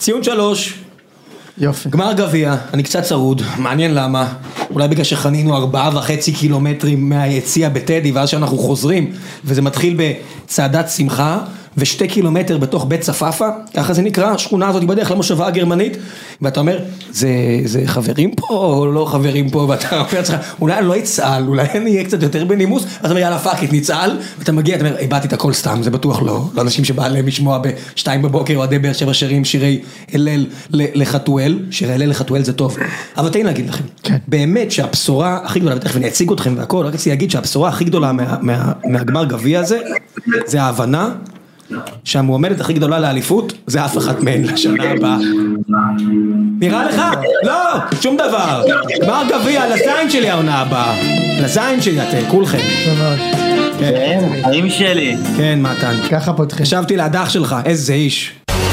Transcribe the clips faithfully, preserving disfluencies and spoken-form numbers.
ציון שלוש. יופי. גמר גביע, אני קצת צרוד, מעניין למה. אולי בגלל שחנינו ארבעה וחצי קילומטרים מהיציאה בטדי, ואז שאנחנו חוזרים, וזה מתחיל בצעדת שמחה, ושתי קילומטר בתוך בית צפאפה, ככה זה נקרא, השכונה הזאת בדרך למושבה הגרמנית, ואתה אומר, זה, זה חברים פה או לא חברים פה, ואתה אומר לך, אולי אני לא אצעל, אולי אני אהיה קצת יותר בנימוס, אז אתה אומר, יאללה פאקית, נצעל, ואתה מגיע, אתה אומר, איבדתי את הכל סתם, זה בטוח לא, לאנשים שבא להם לשמוע בשתיים בבוקר, או עדי באר שבע שירים, שירי הלל לחתואל, שירי הלל לחתואל זה טוב, אבל תהי נגיד לכם, כן. באמת שהבשורה הכי גדולה, ותכף אני אציג אתכם והכל, רק רציתי להגיד שהבשורה הכי גדולה מה, מה, מהגמר גביע הזה, זה ההבנה שהמועמדת הכי גדולה לאליפות זה אף אחת מהן לשנה הבאה. נראה לך? לא, שום דבר. גמר גביע לזין שלי העונה הבאה. לזין שלי אתם, כולכם. כן, חיים שלי. כן, מתן. ככה פותחים. חשבתי להדח שלך, איזה איש.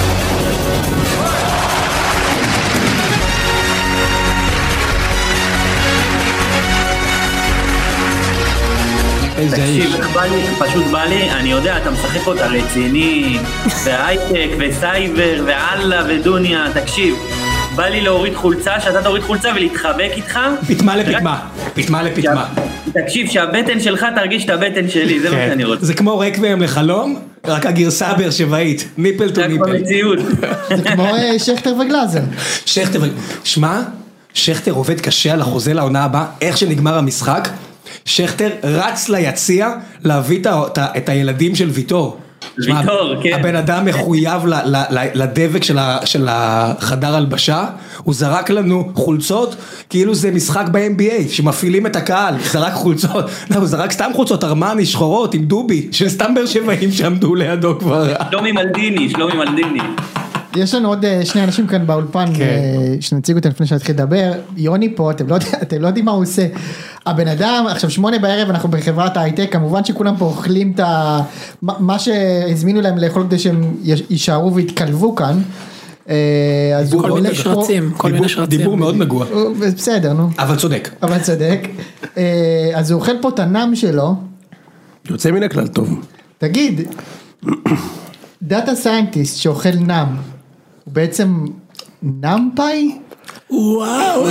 תקשיב, פשוט בא לי, אני יודע, אתה משחק אותה רציני, והייטק, וסייבר, ואללה, ודוניה, תקשיב, בא לי להוריד חולצה, שאתה תוריד חולצה ולהתחבק איתך. פתמה לפתמה, פתמה לפתמה. תקשיב, שהבטן שלך תרגיש את הבטן שלי, זה מה שאני רוצה. זה כמו רקוויאם לחלום, רק הגרסה הבאר שבעית, ניפל טו ניפל. רק במציאות. זה כמו שכטר וגלאזר. שכטר וגלאזר, שמע, שכטר עובד קשה על החוזה לעונה הבאה, איך שנגמר המשחק, שכטר רץ ליציע להביא את הילדים של ויטור. ויטור, כן. הבן אדם מחויב לדבק של החדר הלבשה, הוא זרק לנו חולצות, כאילו זה משחק ב-אם בי איי, שמפעילים את הקהל, זרק חולצות, הוא זרק סתם חולצות ארמני שחורות עם דובי, של סתם באר שבעים שעמדו לידו כבר. שלומי מלדיני, שלומי מלדיני. יש לנו עוד שני אנשים כאן באולפן, שנציג אותם לפני שנתחיל לדבר. יוני פה, אתם לא יודעים מה הוא עושה. הבן אדם, עכשיו שמונה בערב, אנחנו בחברת הייטק, כמובן שכולם פה אוכלים את מה שהזמינו להם לאכול כדי שהם יישארו והתקלבו כאן. כל מיני שרצים, כל מיני שרצים. דיבור מאוד נגוע. בסדר, נו. אבל צודק. אבל צודק. אז הוא אוכל פה את הנם שלו. יוצא מן הכלל טוב. תגיד, דאטה סיינטיסט שאוכל נם, הוא בעצם נמפאי? וואו,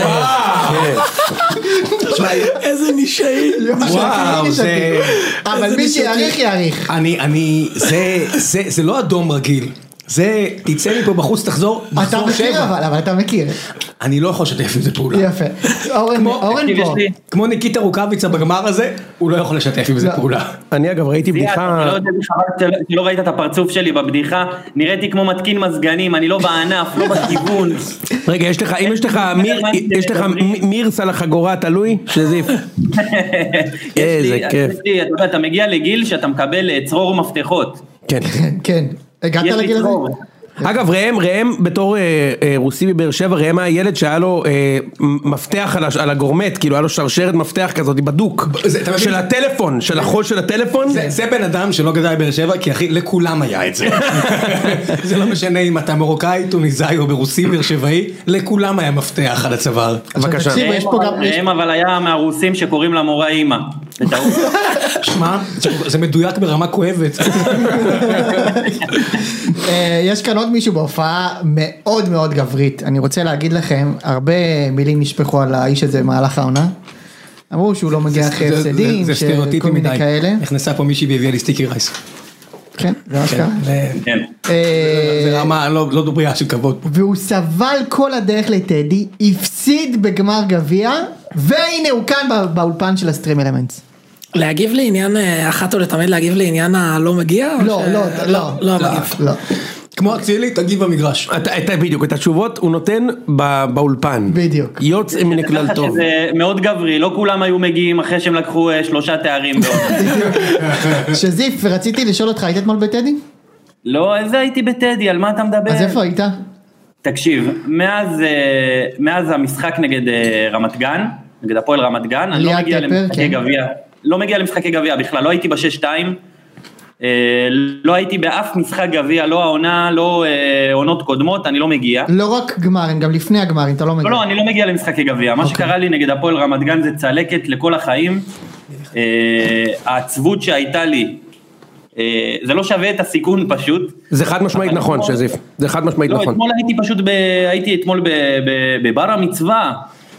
איזה נישאי. וואו, זה... אבל מי שיעריך יעריך. אני, אני, זה, זה, זה לא אדום רגיל. זה, תצא לי פה בחוץ, תחזור, אתה מכיר אבל, אבל אתה מכיר. אני לא יכול לשתף עם זה פעולה. יפה. אורן, אורן פה. כמו ניקיטה רוקאביצה בגמר הזה, הוא לא יכול לשתף עם זה פעולה. אני אגב ראיתי בדיחה... לא ראית את הפרצוף שלי בבדיחה, נראיתי כמו מתקין מזגנים, אני לא בענף, לא בכיוון. רגע, יש לך, אם יש לך מירס על החגורה, תלוי? שזיף. איזה כיף. אתה מגיע לגיל שאתה מקבל צרור מפתחות. כן, כן. הגעת לגיל הזה? אגב, ראם, ראם בתור רוסי בבאר שבע, ראם הילד שהיה לו מפתח על הגורמט, כאילו היה לו שרשרת מפתח כזאת, בדוק, של הטלפון, של החול של הטלפון. זה בן אדם שלא גדל בבאר שבע, כי אחי, לכולם היה את זה. זה לא משנה אם אתה מרוקאי, טוניסאי או ברוסי באר שבעי, לכולם היה מפתח על הצוואר. בבקשה. ראם אבל היה מהרוסים שקוראים למורה אימא. שמע, זה מדויק ברמה כואבת. יש כאן עוד מישהו בהופעה מאוד מאוד גברית. אני רוצה להגיד לכם, הרבה מילים נשפכו על האיש הזה במהלך העונה. אמרו שהוא לא מגיע אחרי הפסדים, זה סטריאוטיפי מדי. נכנסה פה מישהי והביאה לי סטיקי רייס. כן, זה מה שקרה. כן. זה רמה לא דוברייה של כבוד. והוא סבל כל הדרך לטדי, הפסיד בגמר גביע, והנה הוא כאן באולפן של הסטרים אלמנטס. להגיב לעניין, אחת או לתמיד להגיב לעניין הלא מגיע? לא, לא, לא. לא מגיב. לא. כמו אצילי, תגיב במגרש. אתה בדיוק, את התשובות הוא נותן באולפן. בדיוק. יוצא מן הכלל טוב. זה מאוד גברי, לא כולם היו מגיעים אחרי שהם לקחו שלושה תארים. שזיף, ורציתי לשאול אותך, היית אתמול בטדי? לא, איזה הייתי בטדי, על מה אתה מדבר? אז איפה היית? תקשיב, מאז המשחק נגד רמת גן, נגד הפועל רמת גן, אני לא מגיע למשחקי גביע. לא מגיע למשחקי גביע בכלל, לא הייתי בשש שתיים, לא הייתי באף משחק גביע, לא העונה, לא עונות קודמות, אני לא מגיע. לא רק גמרים, גם לפני הגמרים, אתה לא מגיע. לא, לא, אני לא מגיע למשחקי גביע. מה שקרה לי נגד הפועל רמת גן זה צלקת לכל החיים. העצבות שהייתה לי זה לא שווה את הסיכון פשוט. זה חד משמעית נכון, שזיף. זה חד משמעית נכון. לא, אתמול הייתי פשוט, הייתי אתמול בבר המצווה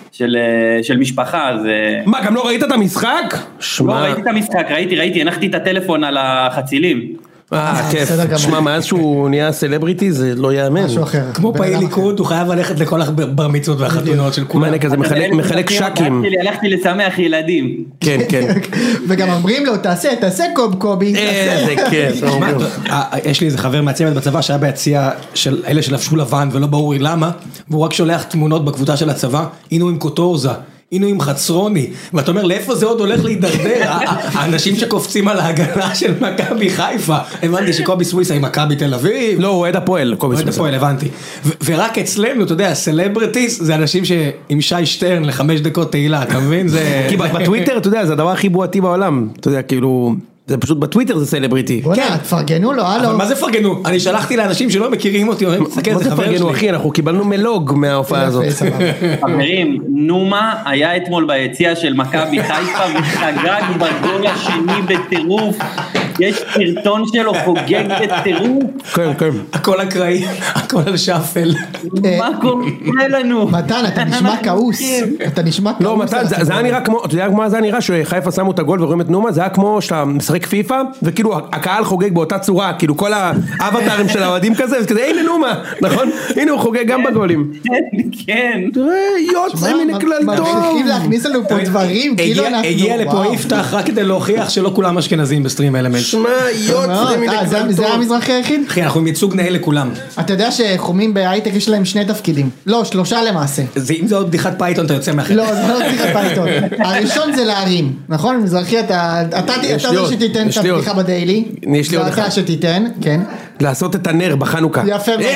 של משפחה, אז... מה, גם לא ראית את המשחק? לא, ראיתי את המשחק, ראיתי, ראיתי, הנחתי את הטלפון על החצילים. אה, כיף. תשמע, מאז שהוא נהיה סלבריטי, זה לא יאמן. משהו אחר. כמו פעיל ליכוד, הוא חייב ללכת לכל הבר מצוות והחתונות של כולם. מה כזה, מחלק שקים. הלכתי לשמח ילדים. כן, כן. וגם אומרים לו, תעשה, תעשה קוב קובי. איזה כיף. יש לי איזה חבר מהצוות בצבא שהיה ביציע של אלה שלבשו לבן ולא ברור למה, והוא רק שולח תמונות בקבוצה של הצבא, הנה עם קוטורזה. הנה עם חצרוני, ואתה אומר, לאיפה זה עוד הולך להידרדר? האנשים שקופצים על ההגנה של מכבי חיפה, הבנתי שקובי סוויסה עם מכבי תל אביב. לא, הוא אוהד הפועל, קובי סוויסה. אוהד הפועל, הבנתי. ורק אצלנו, אתה יודע, סלבריטיס, זה אנשים שעם שי שטרן לחמש דקות תהילה, אתה מבין? כי בטוויטר, אתה יודע, זה הדבר הכי בועתי בעולם. אתה יודע, כאילו... זה פשוט בטוויטר זה סלבריטי. בוא'נה, תפרגנו לו, הלו. אבל מה זה פרגנו? אני שלחתי לאנשים שלא מכירים אותי, אומרים, תסתכל, זה חבר שלי. אחי, אנחנו קיבלנו מלוג מההופעה הזאת. חברים, נומה היה אתמול ביציע של מכבי חיפה וחגג בגול השני בטירוף. יש סרטון שלו חוגג בטירוף. כן, כן. הכל אקראי, הכל על שפל. מה קורה לנו? מתן, אתה נשמע כעוס. אתה נשמע כעוס. לא, מתן, זה היה נראה כמו, אתה יודע מה זה היה נראה שחיפה שמו את הגול ורואים את נומה, זה היה כמו שאתה משחק פיפה, וכאילו הקהל חוגג באותה צורה, כאילו כל האבטרים של האוהדים כזה, וכזה, הנה נומה, נכון? הנה הוא חוגג גם בגולים. כן. תראה, יוצא מן הכלל טוב. מפסיקים להכניס לנו פה דברים, כאילו אנחנו... הגיע לפה יפתח רק כדי להוכיח שלא כולם אשכנזים בסטרים אלמנט. שמע, יוצא מן הכלל טוב. זה המזרחי היחיד? אחי, אנחנו עם ייצוג נאה לכולם. אתה יודע שחומים בהייטק יש להם שני תפקידים. לא, שלושה למעשה. אם זה עוד בדיחת פייתון, אתה יוצא מאחר. לא, זה לא בדיחת פייתון. הראשון זה להרים, נכון? מזרחי, אתה זה שתיתן את הבדיחה בדיילי. יש לי עוד אחד. אתה שתיתן, כן. לעשות את הנר בחנוכה. יפה מאוד.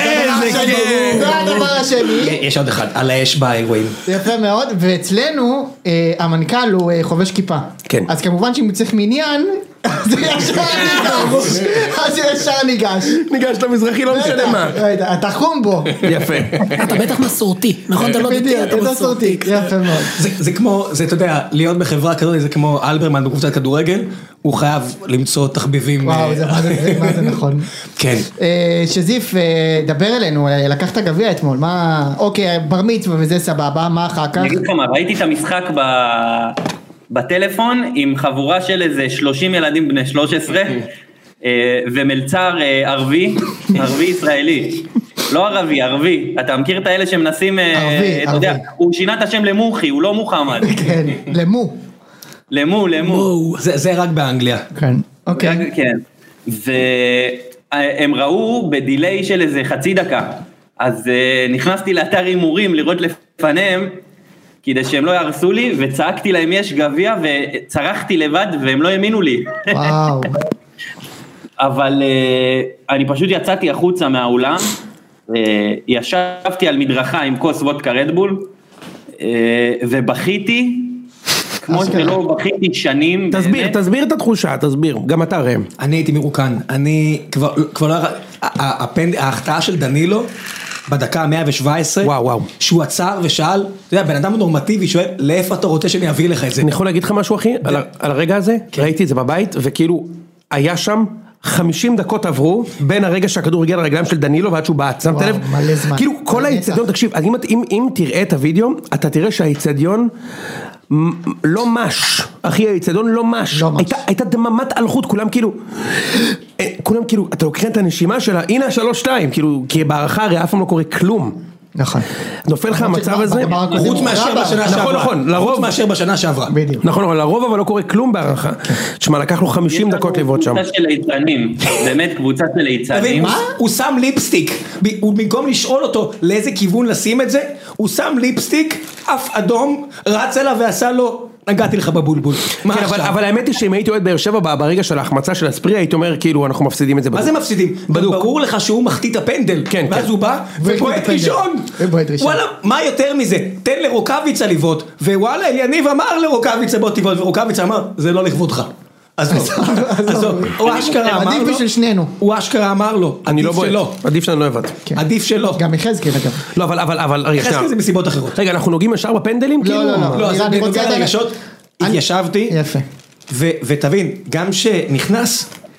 זה הדבר השני. יש עוד אחד, על האש באירועים. יפה מאוד, ואצלנו המנכ"ל הוא חובש כיפה. כן. אז כמובן שאם הוא צריך מניין, אז ישר ניגש. אז ישר ניגש. ניגש למזרחי, לא משנה מה. אתה חום בו. יפה. אתה בטח מסורתי, נכון? אתה לא דתי, אתה מסורתי. יפה מאוד. זה כמו, זה אתה יודע, להיות בחברה כזאת, זה כמו אלברמן בקבוצת כדורגל, הוא חייב למצוא תחביבים. וואו, מה זה נכון. כן. שזיף, דבר אלינו, לקחת גביע אתמול, מה, אוקיי, בר מצווה וזה סבבה, מה אחר כך? אני אגיד לך מה, ראיתי את המשחק ב... בטלפון עם חבורה של איזה שלושים ילדים בני שלוש עשרה ומלצר ערבי, ערבי ישראלי, לא ערבי, ערבי, אתה מכיר את האלה שמנסים, ערבי, אתה יודע, הוא שינה את השם למוחי, הוא לא מוחמד. כן, למו. למו, למו. זה רק באנגליה. כן, אוקיי. כן, והם ראו בדיליי של איזה חצי דקה, אז נכנסתי לאתר הימורים לראות לפניהם, כדי שהם לא ירסו לי, וצעקתי להם יש גביע, וצרחתי לבד, והם לא האמינו לי. וואו. אבל uh, אני פשוט יצאתי החוצה מהאולם, uh, ישבתי על מדרכה עם כוס וודקה רדבול, uh, ובכיתי, כמו שלא בכיתי שנים. תסביר, תסביר את התחושה, תסביר, גם אתה ראם. אני הייתי מרוקן, אני כבר, כבר לא, ההחטאה של דנילו, בדקה מאה שבע עשרה, וואו, וואו. שהוא עצר ושאל, אתה יודע, בן אדם נורמטיבי שואל, לאיפה אתה רוצה שאני אביא לך את זה? אני יכול להגיד לך משהו אחי, על, על הרגע הזה, ראיתי את זה בבית, וכאילו, היה שם חמישים דקות עברו, בין הרגע שהכדור הגיע לרגליים של דנילו, ועד שהוא בעט, שמת לב? מלא זמן. כאילו, כל האיצטדיון, תקשיב, אם, אם, אם תראה את הוידאו, אתה תראה שהאיצטדיון לא מש, אחי, האיצטדיון לא מש, לא מש. הייתה, הייתה דממת אלחוט, כולם כאילו, כולם כאילו, אתה לוקח את הנשימה שלה, הנה השלוש שתיים, כאילו, כי בהערכה הרי אף פעם לא קורה כלום. נכון. נופל לך המצב הזה, חוץ מאשר בשנה שעברה. נכון, נכון, לרוב מאשר בשנה שעברה. בדיוק. נכון, נכון, לרוב אבל לא קורה כלום בהערכה. תשמע, לקח לו חמישים דקות לבעוט שם. קבוצה של ליצנים, באמת קבוצה של ליצנים. הוא שם ליפסטיק, הוא במקום לשאול אותו לאיזה כיוון לשים את זה, הוא שם ליפסטיק, אף אדום, רץ אליו ועשה לו, נגעתי לך בבולבול. כן, אבל, אבל האמת היא שאם הייתי אוהד באר שבע ברגע של ההחמצה של הספרי, הייתי אומר כאילו אנחנו מפסידים את זה בדוק. מה זה מפסידים? בדוק. ברור לך שהוא מחטיא את הפנדל, כן, ואז כן. הוא בא ובועט ראשון. וואלה, מה יותר מזה? תן לרוקאביצה לבעוט, ווואלה, אליניב אמר לרוקאביצה בוא תבעוט, ורוקאביצה אמר, זה לא לכבודך. אז לא, הוא אשכרה אמר לו, עדיף בשביל שנינו. הוא אשכרה אמר לו, אני לא עדיף בועט, שלו. עדיף שאני לא הבאת. עדיף שלו. גם יחזקאל אגב. לא, אבל, אבל, אבל, רגע, יחזקאל זה מסיבות אחרות. רגע, אנחנו נוגעים ישר בפנדלים? לא, לא, לא. לא, אז אני רוצה בנוגע לדעת- לרגשות, התיישבתי, יפה. ותבין, גם שנכנס,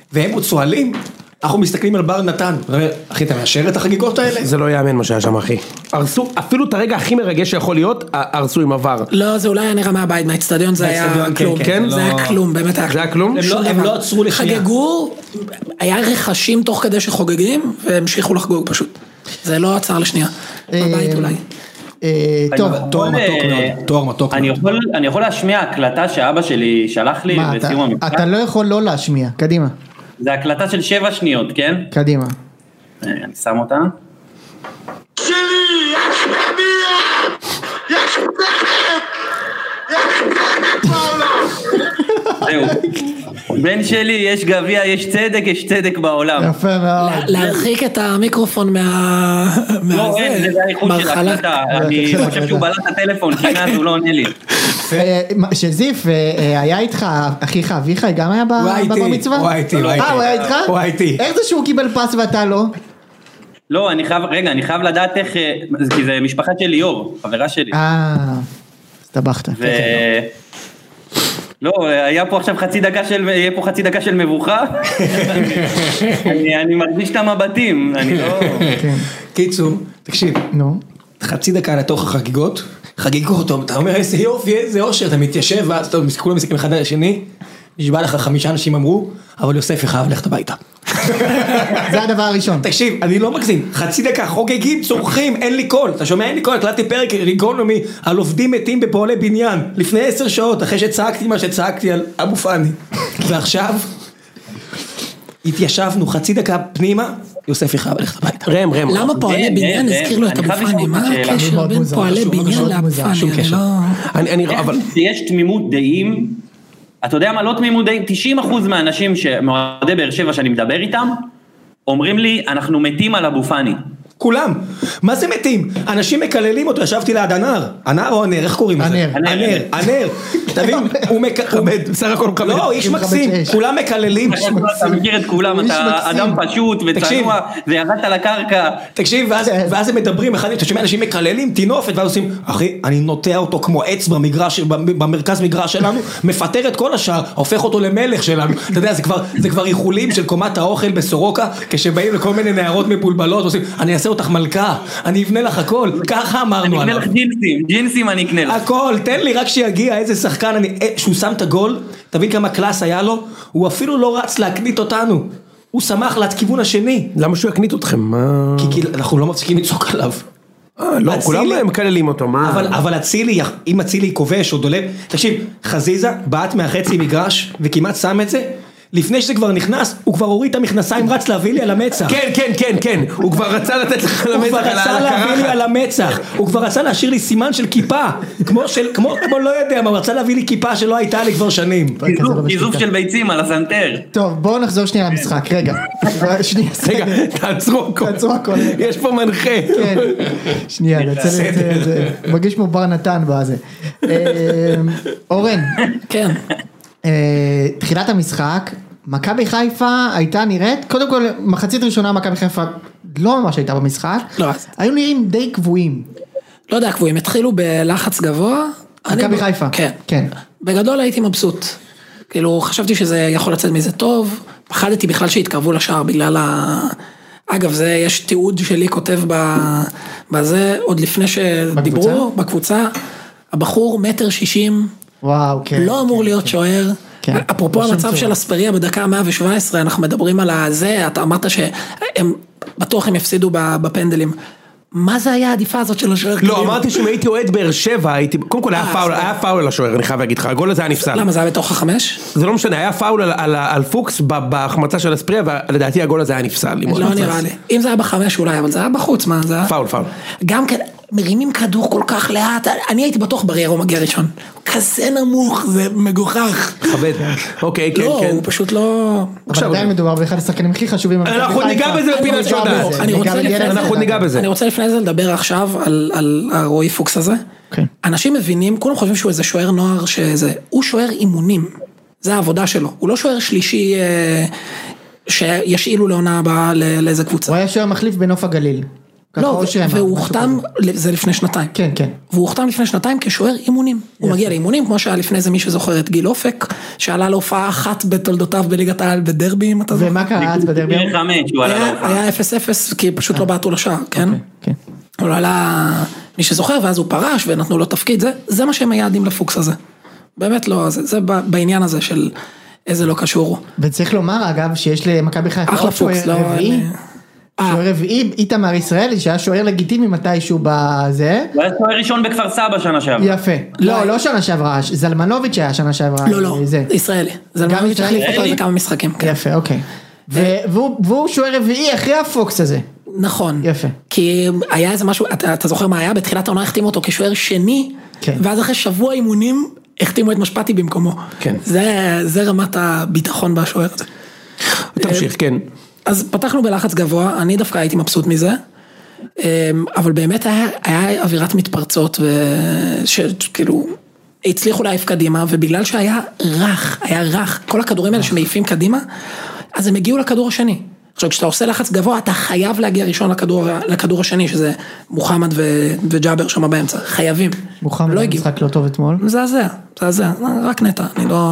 והם עוד צועלים, אנחנו מסתכלים על בר נתן, אחי, אתה מאשר את החגיגות האלה? זה לא יאמן מה שהיה שם, אחי. הרסו, אפילו את הרגע הכי מרגש שיכול להיות, הרסו עם עבר. לא, זה אולי היה נראה מהבית, מהאצטדיון זה היה כלום. כן? זה היה כלום, באמת היה כלום. זה היה כלום? הם לא עצרו לשנייה. חגגו, היה רכשים תוך כדי שחוגגים, והמשיכו לחגוג פשוט. זה לא עצר לשנייה. בבית אולי. טוב, תואר מתוק מאוד, תואר מתוק מאוד. אני יכול להשמיע הקלטה שאבא שלי שלח לי בסיום המשחק? אתה לא יכול לא להשמיע, קדימה. זה הקלטה של שבע שניות, כן? קדימה. אני שם אותה. שלי, יש מניע! יש צדק! יש צדק בעולם! זהו. בן שלי, יש גביע, יש צדק, יש צדק בעולם. יפה מאוד. להרחיק את המיקרופון מה... לא, אין, זה האיכות של הקלטה. אני חושב שהוא בלט הטלפון, כי מאז הוא לא עונה לי. שזיף, היה איתך, אחיך אביך, גם היה בבר מצווה? הוא הייתי, הוא הייתי. אה, הוא היה איתך? הוא הייתי. איך זה שהוא קיבל פס ואתה לא? לא, אני חייב, רגע, אני חייב לדעת איך, כי זה משפחה של ליאור, חברה שלי. אה, הסתבכת. ו... לא, היה פה עכשיו חצי דקה של, יהיה פה חצי דקה של מבוכה. אני, אני מרגיש את המבטים, אני לא... קיצור, תקשיב. נו. חצי דקה לתוך החגיגות, חגיגות, אתה אומר איזה יופי, איזה אושר, אתה מתיישב, ואז אתה כולם מסתכלים אחד על השני, נשבע לך חמישה אנשים אמרו, אבל יוסף יחייב ללכת הביתה. זה הדבר הראשון. תקשיב, אני לא מגזים, חצי דקה, חוגגים, צורכים, אין לי קול, אתה שומע, אין לי קול, הקלטתי פרק גיקונומי על עובדים מתים בפועלי בניין, לפני עשר שעות, אחרי שצעקתי מה שצעקתי על אבו פאני, ועכשיו, התיישבנו חצי דקה פנימה, יוסף יחייב ללכת הביתה. רם, רם. למה פועלי בניין הזכיר לו את אבו פאני? מה הקשר בין פועלי בניין לאבו פאני? אני לא... יש תמימות דעים, אתה יודע מה, לא תמימות דעים, תשעים אחוז מהאנשים שמועדי באר שבע שאני מדבר איתם, אומרים לי, אנחנו מתים על אבו פאני. כולם, מה זה מתים? אנשים מקללים אותו, ישבתי ליד הנער, הנער או הנער, איך קוראים לזה? הנער. הנער, הנער, תבין, הוא מכבד, בסך הכל מכבד, לא, איש מקסים, כולם מקללים, אתה מכיר את כולם, אתה אדם פשוט וצנוע, וירדת לקרקע. תקשיב, ואז הם מדברים, אתה שומע אנשים מקללים, תינופת, ואז עושים, אחי, אני נוטע אותו כמו עץ במרכז מגרש שלנו, מפטר את כל השאר, הופך אותו למלך שלנו, אתה יודע, זה כבר איחולים של קומת האוכל בסורוקה, כשבאים לכל מיני נערות מבולבלות, עושים, אני אעשה אותך מלכה, אני אבנה לך הכל, ככה אמרנו עליו. אני אקנה לך ג'ינסים, ג'ינסים אני אקנה לך. הכל, תן לי רק שיגיע איזה שחקן, שהוא שם את הגול, תבין כמה קלאס היה לו, הוא אפילו לא רץ להקנית אותנו, הוא שמח לכיוון השני. למה שהוא יקנית אתכם? כי אנחנו לא מפסיקים לצעוק עליו. לא, כולם מקללים אותו, מה? אבל הצילי, אם הצילי כובש או דולב, תקשיב, חזיזה בעט מהחצי מגרש, וכמעט שם את זה, לפני שזה כבר נכנס, הוא כבר הוריד את המכנסיים, רץ להביא לי על המצח. כן, כן, כן, כן, הוא כבר רצה לתת לך על המצח. הוא כבר רצה להביא לי על המצח, הוא כבר רצה להשאיר לי סימן של כיפה, כמו של, כמו, כמו לא יודע, הוא רצה להביא לי כיפה שלא הייתה לי כבר שנים. גיזוף של ביצים על הסנטר. טוב, בואו נחזור שנייה למשחק, רגע. רגע, תעצרו הכל. תעצרו הכל. יש פה מנחה. כן, שנייה, נצא לזה, מרגיש כמו בר נתן בזה. אורן. כן. תחילת המשחק, מכבי חיפה הייתה נראית, קודם כל מחצית ראשונה מכבי חיפה לא ממש הייתה במשחק, לא. היו נראים די קבועים. לא יודע, קבועים, התחילו בלחץ גבוה. מכבי חיפה. כן. כן. בגדול הייתי מבסוט. כאילו חשבתי שזה יכול לצאת מזה טוב, פחדתי בכלל שהתקרבו לשער בגלל ה... אגב, זה, יש תיעוד שלי כותב בזה, עוד לפני שדיברו, בקבוצה, הבחור מטר שישים, וואו, כן. לא אמור להיות שוער. כן. אפרופו המצב של אספריה בדקה מאה שבע עשרה, אנחנו מדברים על הזה, אתה אמרת שהם, בטוח הם יפסידו בפנדלים. מה זה היה העדיפה הזאת של השוער? לא, אמרתי שאם הייתי אוהד באר שבע, הייתי, קודם כל היה פאול על השוער, אני חייב להגיד לך, הגול הזה היה נפסל. למה, זה היה בתוך החמש? זה לא משנה, היה פאול על פוקס בהחמצה של אספריה, ולדעתי הגול הזה היה נפסל. לא נראה לי. אם זה היה בחמש אולי, אבל זה היה בחוץ, מה זה היה? פאול, פאול. גם כן, מרימים כדור כל כך לאט, אני הייתי בטוח בריירו מגיע ראשון. כזה נמוך, זה מגוחך. חבד. אוקיי, כן, כן. לא, הוא פשוט לא... אבל עדיין מדובר באחד השחקנים הכי חשובים. אנחנו ניגע בזה בפינה שעודעת. אנחנו ניגע בזה. אני רוצה לפני זה לדבר עכשיו על הרועי פוקס הזה. אנשים מבינים, כולם חושבים שהוא איזה שוער נוער שזה, הוא שוער אימונים. זה העבודה שלו. הוא לא שוער שלישי שישאילו לעונה הבאה לאיזה קבוצה. הוא היה שוער מחליף בנוף הגליל. לא, והוא הוחתם, זה לפני שנתיים. כן, כן. והוא הוחתם לפני שנתיים כשוער אימונים. הוא מגיע לאימונים, כמו שהיה לפני זה מי שזוכר את גיל אופק, שעלה להופעה אחת בתולדותיו בליגת העל בדרבי, אם אתה זוכר. ומה קרה אז בדרבי? היה אפס אפס, כי פשוט לא בעטו לשער, כן? כן. הוא עלה מי שזוכר, ואז הוא פרש ונתנו לו תפקיד, זה מה שהם היעדים לפוקס הזה. באמת לא, זה בעניין הזה של איזה לא קשור. וצריך לומר אגב שיש למכבי חיפה אחלה פוקס, לא... שוער רביעי, איתמר ישראלי, שהיה שוער לגיטימי מתישהו בזה. הוא היה שוער ראשון בכפר סבא שנה שעברה. יפה. לא, לא שנה שעברה, זלמנוביץ' היה שנה שעברה. לא, לא, ישראלי. זלמנוביץ' החליף אותו בכמה משחקים. יפה, אוקיי. והוא שוער רביעי אחרי הפוקס הזה. נכון. יפה. כי היה איזה משהו, אתה זוכר מה היה? בתחילת העונה החתימו אותו כשוער שני, ואז אחרי שבוע אימונים, החתימו את משפטי במקומו. כן. זה רמת הביטחון בשוער הזה. תמשיך, כן. אז פתחנו בלחץ גבוה, אני דווקא הייתי מבסוט מזה, אבל באמת היה, היה אווירת מתפרצות, שכאילו הצליחו להעיף קדימה, ובגלל שהיה רך, היה רך, כל הכדורים האלה שמעיפים קדימה, אז הם הגיעו לכדור השני. עכשיו, כשאתה עושה לחץ גבוה, אתה חייב להגיע ראשון לכדור, לכדור השני, שזה מוחמד ו, וג'אבר שם באמצע, חייבים. מוחמד לא הגיעו. משחק לא טוב אתמול. זה זה, זה זה, רק נטע, אני לא...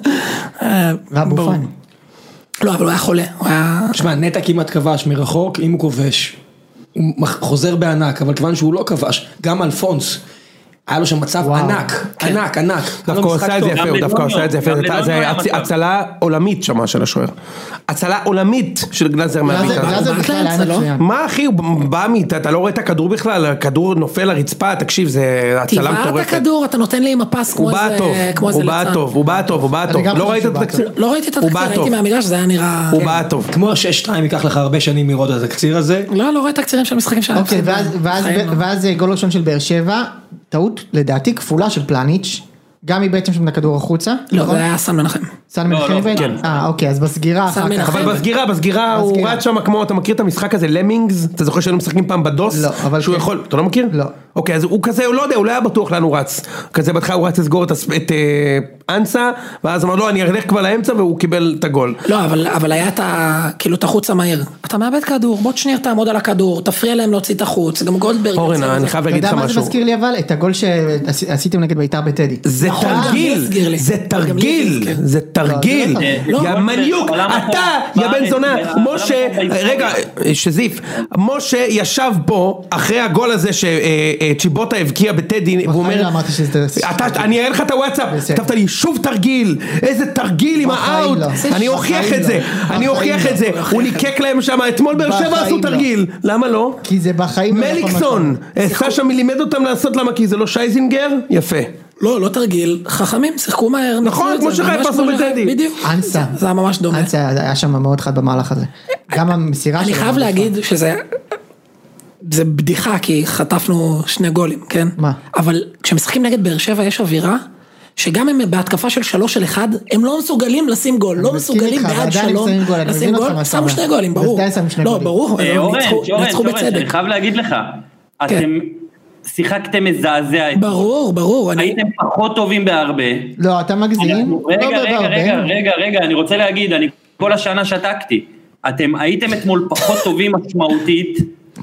רבו פאני. לא, אבל הוא היה חולה, הוא היה... תשמע, נטע כמעט כבש מרחוק, אם הוא כובש, הוא חוזר בענק, אבל כיוון שהוא לא כבש, גם אלפונס, היה לו שם מצב ענק, ענק, ענק. דווקא הוא עושה את זה יפה, הוא דווקא עושה את זה יפה, זה הצלה עולמית שמה של השוער. הצלה עולמית של גלאזר מהביטה. גלאזר בכלל היה מצוין. מה אחי, הוא בא מאיתה, אתה לא רואה את הכדור בכלל, הכדור נופל לרצפה, תקשיב, זה הצלה מטורפת. תיבעת הכדור, אתה נותן לי עם הפס כמו איזה ליצן. הוא בא טוב, הוא בא טוב, הוא בא טוב. לא ראית את התקציר? לא ראיתי את התקציר, ראיתי מהמגרש, זה היה נראה... הוא בא טוב. כמו שש שתיים ייקח לך הרבה שנים לראות את התקציר הזה. לא, לא ראיתי תקצירים של משחקים שלנו. אוקיי, ואז גול ראשון של באר שבע, טעות לדעתי כפולה של פלניץ', גם היא בעצם שם לכדור החוצה. לא, זה היה סן מנחם. סן מנחם? כן. אה, אוקיי, אז בסגירה אחר כך. אבל בסגירה, בסגירה הוא רץ שם כמו, אתה מכיר את המשחק הזה, למינגס? אתה זוכר שהיינו משחקים פעם בדוס? לא, אבל... שהוא יכול, אתה לא מכיר? לא. אוקיי, אז הוא כזה, הוא לא יודע, הוא לא היה בטוח לאן הוא רץ. כזה בתחילה הוא רץ לסגור את אנסה, ואז אמר לו, אני ארלך כבר לאמצע, והוא קיבל את הגול. לא, אבל היה את ה... כאילו, את החוץ המהיר. אתה מאבד כדור, בוא תשניר תעמוד על הכדור, תפריע להם להוציא את החוץ, גם גולדברג. אורן, אני חייב להגיד לך משהו. אתה יודע מה זה מזכיר לי אבל? את הגול שעשיתם נגד בית"ר בטדי. זה תרגיל, זה תרגיל, זה תרגיל. יא מניוק, אתה, יא בן זונה, משה, רגע, שזיף, משה ישב פה אחרי הגול הזה שצ'יבוטה הבקיע בטדי, והוא אומר, אני אראה לך את הוואטסאפ, כתבת לי שוב תרגיל, איזה תרגיל עם האאוט, אני אוכיח את זה, אני אוכיח את זה, הוא ניקק להם שם, אתמול באר שבע עשו תרגיל, למה לא? כי זה בחיים... מליקסון, סשה מלימד אותם לעשות, למה, כי זה לא שייזינגר? יפה. לא, לא תרגיל, חכמים, שיחקו מהר. נכון, כמו שחיפה עשו בטדי. בדיוק. אנסה. זה היה ממש דומה. אנסה היה שם מאוד חד במהלך הזה. גם המסירה שלו. אני חייב להגיד שזה... זה בדיחה, כי חטפנו שני גולים, כן? מה? אבל כשמשחקים נגד באר שבע יש אווירה, שגם הם בהתקפה של שלוש של אחד, הם לא מסוגלים לשים גול, לא מסוגלים בעד שלום, לשים גול, שמו שני גולים, ברור. לא, ברור, נצחו בצדק. אני חייב להגיד לך, אתם... שיחקתם מזעזע. ברור, ברור. הייתם פחות טובים בהרבה. לא, אתה מגזים. רגע, רגע, רגע, רגע, רגע, אני רוצה להגיד, אני כל השנה שתקתי. אתם הייתם אתמול פחות טובים משמעותית,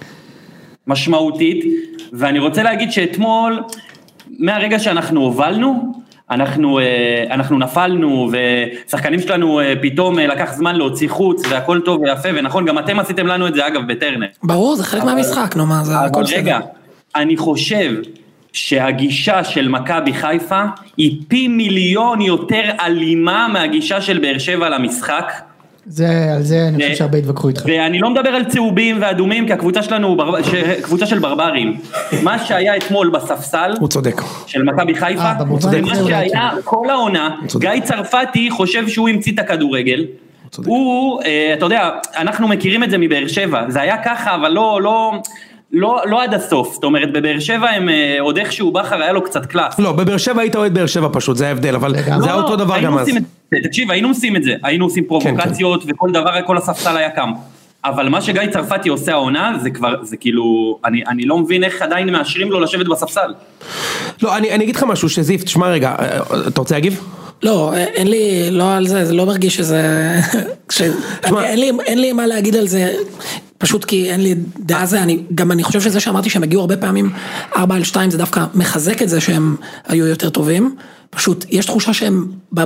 משמעותית, ואני רוצה להגיד שאתמול, מהרגע שאנחנו הובלנו, אנחנו, אנחנו נפלנו, ושחקנים שלנו פתאום לקח זמן להוציא חוץ, והכל טוב ויפה, ונכון, גם אתם עשיתם לנו את זה, אגב, בטרנר. ברור, זה חלק מהמשחק, נו מה, זה הכל בסדר. רגע, אני חושב שהגישה של מכבי חיפה היא פי מיליון יותר אלימה מהגישה של באר שבע למשחק. זה, על זה אני חושב שהרבה התווכחו איתך. ואני לא מדבר על צהובים ואדומים, כי הקבוצה שלנו קבוצה של ברברים. מה שהיה אתמול בספסל, הוא צודק. של מכבי חיפה, זה מה שהיה כל העונה. גיא צרפתי חושב שהוא המציא את הכדורגל. הוא, אתה יודע, אנחנו מכירים את זה מבאר שבע. זה היה ככה, אבל לא, לא... לא, לא עד הסוף, זאת אומרת, בבאר שבע הם עוד איכשהו בחר, היה לו קצת קלאס. לא, בבאר שבע היית אוהד באר שבע פשוט, זה ההבדל, אבל זה היה אותו דבר גם אז. תקשיב, היינו עושים את זה, היינו עושים פרובוקציות וכל דבר, כל הספסל היה קם. אבל מה שגיא צרפתי עושה העונה, זה כבר, זה כאילו, אני, אני לא מבין איך עדיין מאשרים לו לשבת בספסל. לא, אני, אני אגיד לך משהו, שזיף, תשמע רגע, אתה רוצה להגיב? לא, אין לי, לא על זה, זה לא מרגיש שזה, אין לי, אין לי מה להגיד על זה. פשוט כי אין לי דעה זה, אני, גם אני חושב שזה שאמרתי שהם הגיעו הרבה פעמים ארבע על שתיים, זה דווקא מחזק את זה שהם היו יותר טובים, פשוט יש תחושה שהם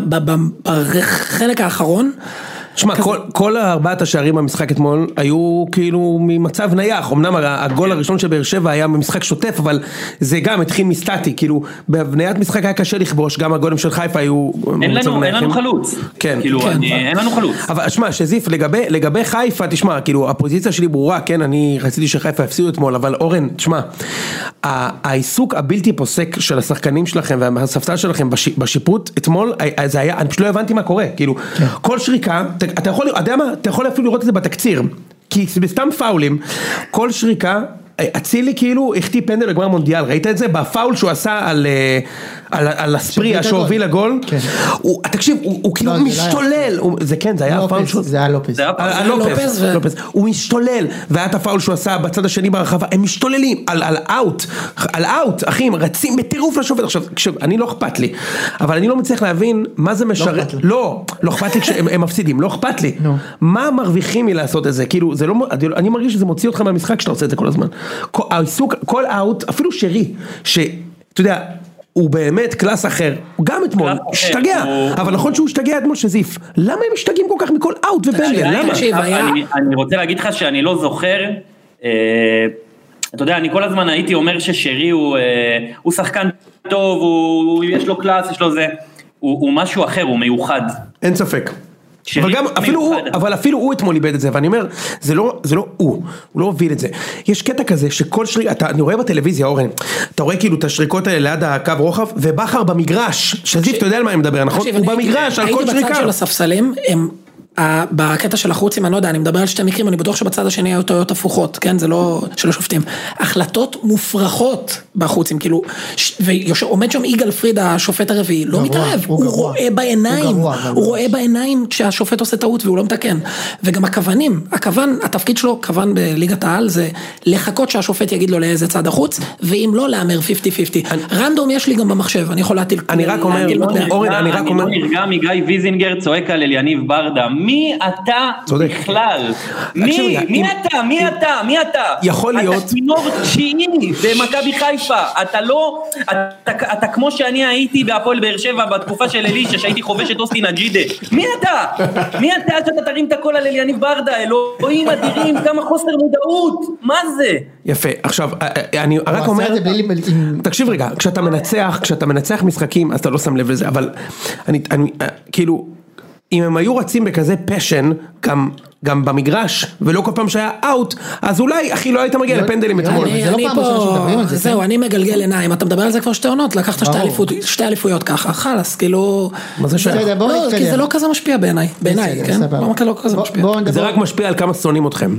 בחלק האחרון, שמע, כל, כל ארבעת השערים במשחק אתמול היו כאילו ממצב נייח, אמנם הגול הראשון של באר שבע היה במשחק שוטף, אבל זה גם התחיל מסטטי, כאילו בבניית משחק היה קשה לכבוש, גם הגולים של חיפה היו אין לנו, אין לנו חלוץ, כן, כאילו, כן. אני, אין לנו חלוץ. אבל שמע, שזיף, לגבי, לגבי חיפה, תשמע, כאילו הפוזיציה שלי ברורה, כן, אני רציתי שחיפה הפסידו אתמול, אבל אורן, תשמע, העיסוק הבלתי פוסק של השחקנים שלכם והספסל שלכם בשיפוט אתמול, זה היה, אני פשוט לא הבנתי מה קורה, כאילו, כל שריקה אתה יכול, אתה יודע מה, אתה יכול אפילו לראות את זה בתקציר, כי בסתם פאולים, כל שריקה, אצילי כאילו החטיא פנדל לגמר מונדיאל, ראית את זה? בפאול שהוא עשה על, על, על הספריה שהוביל לגול, תקשיב, הוא כאילו משתולל, זה כן, זה היה הפאול שהוא... זה היה לופס. לופס, הוא משתולל, והיה את הפאול שהוא עשה בצד השני ברחבה, הם משתוללים על אאוט, על אאוט, אחים, רצים בטירוף לשופט, עכשיו, אני לא אכפת לי, אבל אני לא מצליח להבין מה זה משרת, לא, לא אכפת לי כשהם מפסידים, לא אכפת לי, מה מרוויחים מלעשות את זה, כאילו, אני מרגיש שזה מוציא אותך מהמשחק שאתה עושה את זה כל הזמן. העיסוק, כל אאוט, אפילו שרי, שאתה יודע, הוא באמת קלאס אחר, גם אתמול, השתגע, אבל נכון שהוא השתגע אתמול שזיף, למה הם משתגעים כל כך מכל אאוט ופנדל, למה? אני רוצה להגיד לך שאני לא זוכר, אתה יודע, אני כל הזמן הייתי אומר ששרי הוא שחקן טוב, יש לו קלאס, יש לו זה, הוא משהו אחר, הוא מיוחד. אין ספק. אבל גם, אפילו הוא, אבל אפילו הוא אתמול איבד את זה, ואני אומר, זה לא, זה לא הוא, הוא לא הוביל את זה. יש קטע כזה שכל שריק, אתה, אני רואה בטלוויזיה, אורן, אתה רואה כאילו את השריקות האלה ליד הקו רוחב, ובחר במגרש, שזיף, אתה יודע על מה אני מדבר, נכון? הוא במגרש, על כל שריקה. הייתי בצד של הספסלים, הם... בקטע של החוצים, אני לא יודע, אני מדבר על שתי מקרים, אני בטוח שבצד השני היו טעויות הפוכות, כן, זה לא של השופטים. החלטות מופרכות בחוצים, כאילו, ועומד שם יגאל פריד, השופט הרביעי, לא מתערב, הוא רואה בעיניים, הוא רואה בעיניים כשהשופט עושה טעות והוא לא מתקן. וגם הכוונים, הכוון, התפקיד שלו, כוון בליגת העל, זה לחכות שהשופט יגיד לו לאיזה צד החוץ, ואם לא, לאמר חמישים חמישים. רנדום יש לי גם במחשב, אני יכול להטיל. אני רק אומר, אורן, אני רק אומר. אני לא נרגע מגיא ויזינגר צועק על אליניב ברדה. מי אתה בכלל? מי? מי אתה? מי אתה? מי אתה? יכול להיות. אתה צינור תשיעי במכבי חיפה. אתה לא, אתה כמו שאני הייתי בהפועל באר שבע בתקופה של אלישע, שהייתי חובש את אוסטין אג'ידה. מי אתה? מי אתה שאתה תרים את הכל על אליניב ברדה? אלוהים אדירים, כמה חוסר מודעות. מה זה? יפה. עכשיו, אני רק אומר, תקשיב רגע, כשאתה מנצח, כשאתה מנצח משחקים, אז אתה לא שם לב לזה, אבל אני, אני, כאילו, אם הם היו רצים בכזה פשן, גם, גם במגרש, ולא כל פעם שהיה אאוט, אז אולי, אחי, לא היית מגיע לפנדלים אתמול. אני פה, זהו, אני מגלגל עיניים, אתה מדבר על זה כבר שתי עונות, לקחת שתי אליפויות ככה, חלס, כאילו... מה זה שייך? כי זה לא כזה משפיע בעיניי, בעיניי, כן? לא כזה משפיע. זה רק משפיע על כמה שונאים אתכם.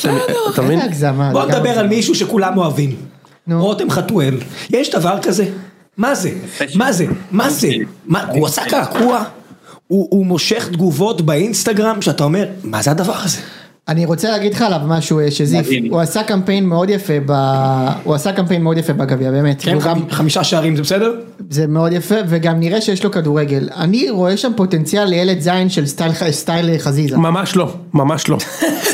אתה מבין? בוא נדבר על מישהו שכולם אוהבים. רותם חתואל. יש דבר כזה? מה זה? מה זה? מה זה? הוא עשה קעקוע? הוא, הוא מושך תגובות באינסטגרם שאתה אומר, מה זה הדבר הזה? אני רוצה להגיד לך עליו משהו שזיף, הוא עשה קמפיין מאוד יפה, ב... הוא עשה קמפיין מאוד יפה בגביע, באמת. כן, גם... חמישה שערים זה בסדר? זה מאוד יפה, וגם נראה שיש לו כדורגל. אני רואה שם פוטנציאל לילד זין של סטייל, סטייל חזיזה. ממש לא, ממש לא.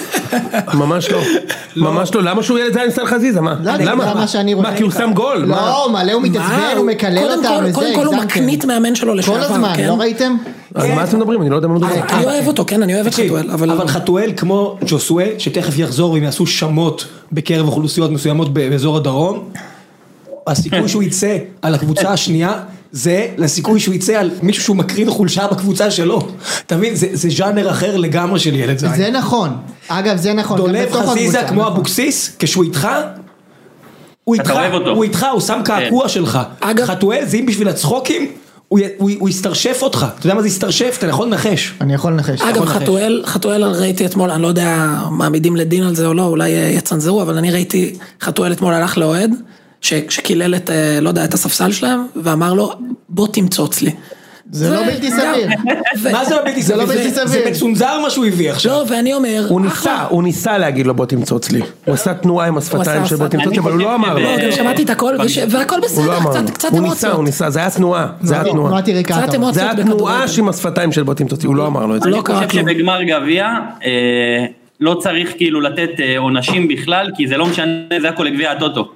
ממש לא, ממש לא, למה שהוא ילד זין סטייל חזיזה? מה? למה? מה, כי הוא שם גול? לא, מלא הוא מתעצבן, הוא מקלל אותם. קודם כל הוא מקנית מאמן שלו לשעבר. כל הזמן, לא ראיתם? אז מה אתם מדברים? אני לא יודע מה מדברים. אני אוהב אותו, כן, אני אוהב את חתואל. אבל חתואל כמו ג'וסואה, שתכף יחזור והם יעשו שמות בקרב אוכלוסיות מסוימות באזור הדרום, הסיכוי שהוא יצא על הקבוצה השנייה, זה לסיכוי שהוא יצא על מישהו שהוא מקרין חולשה בקבוצה שלו. אתה מבין? זה ז'אנר אחר לגמרי של ילד זין. זה נכון. אגב, זה נכון. דולב חזיזה כמו אבוקסיס, כשהוא איתך, הוא איתך, הוא איתך, הוא שם קעקוע שלך. חתואל, זה אם בשביל הצחוקים, הוא יסתרשף אותך. אתה יודע מה זה יסתרשף? אתה יכול לנחש. אני יכול לנחש. אגב, חתואל, חתואל ראיתי אתמול, אני לא יודע מעמידים לדין על זה או לא, אולי יצנזרו, אבל אני ראיתי, חתואל אתמול הלך לאוהד, שקילל את, לא יודע, את הספסל שלהם, ואמר לו, בוא תמצוץ לי. זה לא בלתי סביר. מה זה לא בלתי סביר? זה מצונזר מה שהוא הביא עכשיו. לא, ואני אומר, הוא ניסה, הוא ניסה להגיד לו בוא תמצוץ לי. הוא עשה תנועה עם השפתיים של בוא תמצוץ לי, אבל הוא לא אמר לו. לא, גם שמעתי את הכל, והכל בסדר, קצת אמוציות. הוא ניסה, הוא ניסה, זה היה תנועה. זה היה תנועה. זה היה תנועה עם השפתיים של בוא תמצוץ לי, הוא לא אמר לו את זה. אני חושב שבגמר גביע, לא צריך כאילו לתת עונשים בכלל, כי זה לא משנה, זה הכל לגביע הטוטו.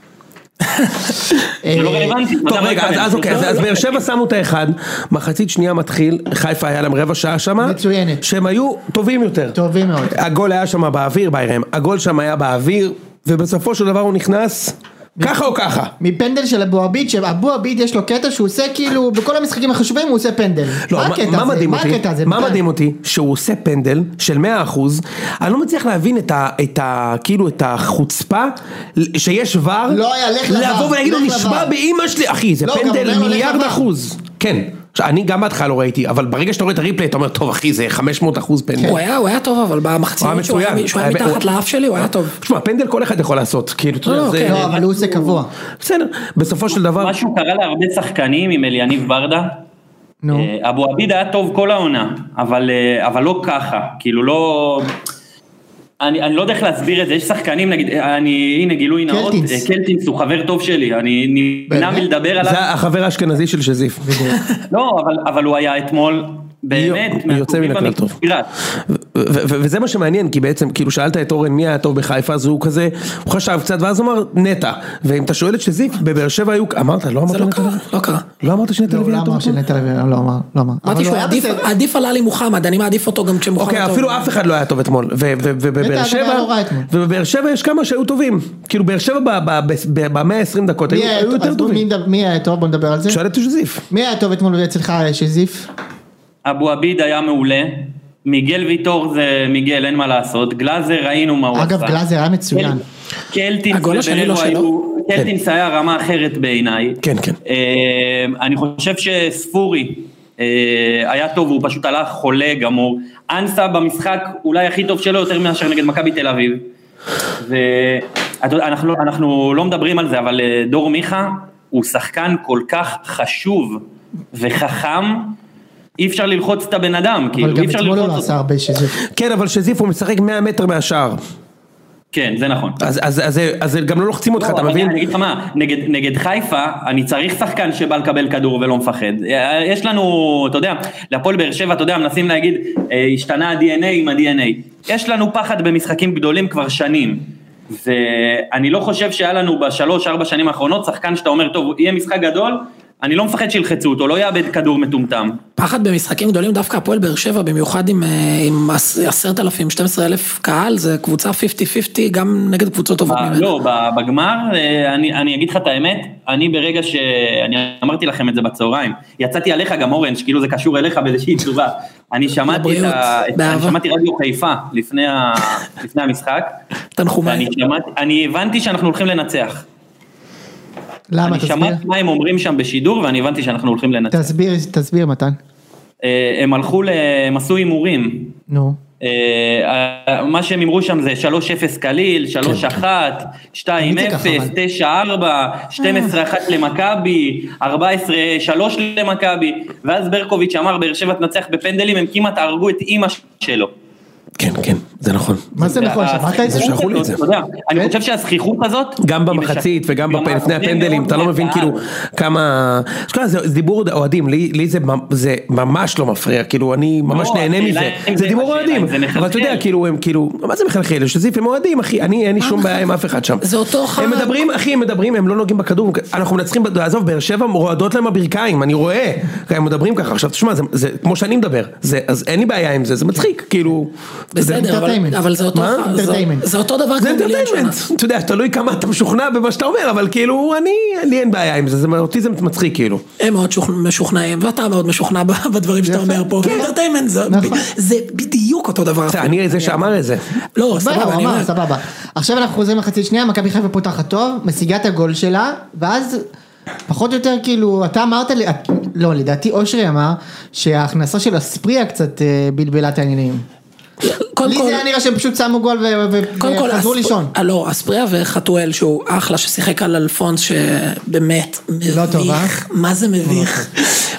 זה לא רלוונטי. טוב רגע, אז אוקיי, אז באר שבע שמו את האחד, מחצית שנייה מתחיל, חיפה היה להם רבע שעה שמה, מצוינת. שהם היו טובים יותר. טובים מאוד. הגול היה שם באוויר, ביירם, הגול שם היה באוויר, ובסופו של דבר הוא נכנס, ככה או ככה? מפנדל של אבו עביד, שאבו עביד יש לו קטע שהוא עושה כאילו, בכל המשחקים החשובים הוא עושה פנדל. לא, מה מדהים אותי? מה מדהים אותי? שהוא עושה פנדל של מאה אחוז, אני לא מצליח להבין את ה, כאילו את החוצפה, שיש ור, לא היה, לך לבר. לבוא ולהגיד לו, נשבע באמא שלי, אחי, זה פנדל מיליארד אחוז. כן. אני גם בהתחלה לא ראיתי, אבל ברגע שאתה רואה את הריפלי, אתה אומר, טוב אחי, זה חמש מאות אחוז פנדל. הוא היה, הוא היה טוב, אבל במחציות שהוא היה מתחת לאף שלי, הוא היה טוב. תשמע, פנדל כל אחד יכול לעשות, כאילו, לא, אבל הוא עושה קבוע. בסדר, בסופו של דבר... משהו קרה להרבה שחקנים עם אליניב ברדה. אבו עביד היה טוב כל העונה, אבל לא ככה, כאילו לא... אני, אני לא יודע איך להסביר את זה, יש שחקנים, נגיד, אני, הנה גילוי נאות, קלטינס הוא חבר טוב שלי, אני נמנע מלדבר עליו. זה החבר האשכנזי של שזיף. לא, אבל, אבל הוא היה אתמול, באמת, יוצא מן הכלל טוב. וזה מה שמעניין, כי בעצם, כאילו שאלת את אורן מי היה טוב בחיפה, אז הוא כזה, הוא חשב קצת, ואז הוא אמר נטע, ואם אתה שואל את שזיף, בבאר שבע היו, אמרת, לא אמרת נטע לוי? לא קרה. לא אמרת שנטע לוי היה טוב? לא אמר שנטע לוי, לא אמר, לא אמר. אמרתי שהוא עדיף עלה לי מוחמד, אני מעדיף אותו גם כשמוחמד טוב. אוקיי, אפילו אף אחד לא היה טוב אתמול, ובבאר שבע, ובבאר שבע יש כמה שהיו טובים, כאילו באר שבע ב-מאה ועשרים דקות היו יותר טובים. מי היה טוב? בוא נדבר על זה. שואל את שזיף. מי היה טוב אתמול אצלך שזיף? אבו עביד היה מעולה, מיגל ויטור זה מיגל, אין מה לעשות, גלאזר ראינו מה הוא עשה. אגב, גלאזר היה מצוין. קלטינס היה רמה אחרת בעיניי. כן, כן. אני חושב שספורי היה טוב, הוא פשוט הלך חולה גמור. אנסה במשחק אולי הכי טוב שלו, יותר מאשר נגד מכבי תל אביב. ואנחנו לא מדברים על זה, אבל דור מיכה הוא שחקן כל כך חשוב וחכם, אי אפשר ללחוץ את הבן אדם, אבל גם אתמול הוא לא עשה הרבה שזיף. כן, אבל שזיף הוא משחק מאה מטר מהשאר. כן, זה נכון. אז גם לא לוחצים אותך, אתה מבין? אני אגיד לך מה, נגד חיפה, אני צריך שחקן שבא לקבל כדור ולא מפחד. יש לנו, אתה יודע, להפועל באר שבע, אתה יודע, מנסים להגיד, השתנה ה-די אן איי עם ה-די אן איי. יש לנו פחד במשחקים גדולים כבר שנים. ואני לא חושב שהיה לנו בשלוש, ארבע שנים האחרונות, שחקן שאתה אומר, טוב, יהיה משחק גדול, אני לא מפחד שילחצו אותו, לא יאבד כדור מטומטם. פחד במשחקים גדולים, דווקא הפועל באר שבע, במיוחד עם, עם עשרת אלפים, שנים עשר אלף קהל, זה קבוצה חמישים חמישים, גם נגד קבוצות טובות ממנו. לא, בגמר, אני, אני אגיד לך את האמת, אני ברגע שאני אמרתי לכם את זה בצהריים, יצאתי עליך גם אורנג', כאילו זה קשור אליך באיזושהי תשובה, אני שמעתי, את ה, אני שמעתי רדיו חיפה לפני, ה, לפני המשחק, ואני שמעתי, אני הבנתי שאנחנו הולכים לנצח. למה? אני שמעתי מה הם אומרים שם בשידור, ואני הבנתי שאנחנו הולכים לנצח. תסביר, תסביר מתן. הם הלכו, הם עשו הימורים. נו. מה שהם אמרו שם זה שלוש אפס קליל, שלוש אחת, שתיים אפס, תשע ארבע, שתים עשרה אחת למכבי, ארבע עשרה שלוש למכבי, ואז ברקוביץ' אמר, באר שבע תנצח בפנדלים, הם כמעט הרגו את אמא שלו. כן, כן, זה נכון. מה זה נכון? שמעת את זה? שכחו לי את זה. אני חושב שהזכיחות הזאת... גם במחצית וגם לפני הפנדלים, אתה לא מבין כאילו כמה... זה דיבור אוהדים, לי זה ממש לא מפריע, כאילו אני ממש נהנה מזה. זה דיבור אוהדים, אבל אתה יודע, כאילו הם כאילו... מה זה מחלחל? שזיף הם אוהדים, אחי, אני אין לי שום בעיה עם אף אחד שם. זה אותו חג. הם מדברים, אחי, הם מדברים, הם לא נוגעים בכדור, אנחנו מנצחים, עזוב, באר שבע רועדות להם הברכיים, אני רואה, הם מדברים ככה. עכשיו, תשמע, זה כמו שאני מדבר, אז אין לי בעיה עם זה, זה מצחיק, כאילו בסדר, אבל זה אותו זה אותו דבר כמו מיליון שנה. אתה יודע, תלוי כמה אתה משוכנע במה שאתה אומר, אבל כאילו, אני, לי אין בעיה עם זה, אותי זה מצחיק כאילו. הם מאוד משוכנעים, ואתה מאוד משוכנע בדברים שאתה אומר פה. אינטרטיימנט, זה בדיוק אותו דבר. אני זה שאמר את זה. לא, סבבה, סבבה. עכשיו אנחנו חוזרים לחצי שנייה, מכבי חיפה פותחת טוב, משיגה את הגול שלה, ואז פחות או יותר כאילו, אתה אמרת לי, לא, לדעתי אושרי אמר, שההכנסה של הספריה קצת בלבלה את העניינים. לי זה היה נראה שהם פשוט שמו גול וחזרו לישון. לא, אספריה וחתואל שהוא אחלה ששיחק על אלפונס שבאמת מביך, מה זה מביך?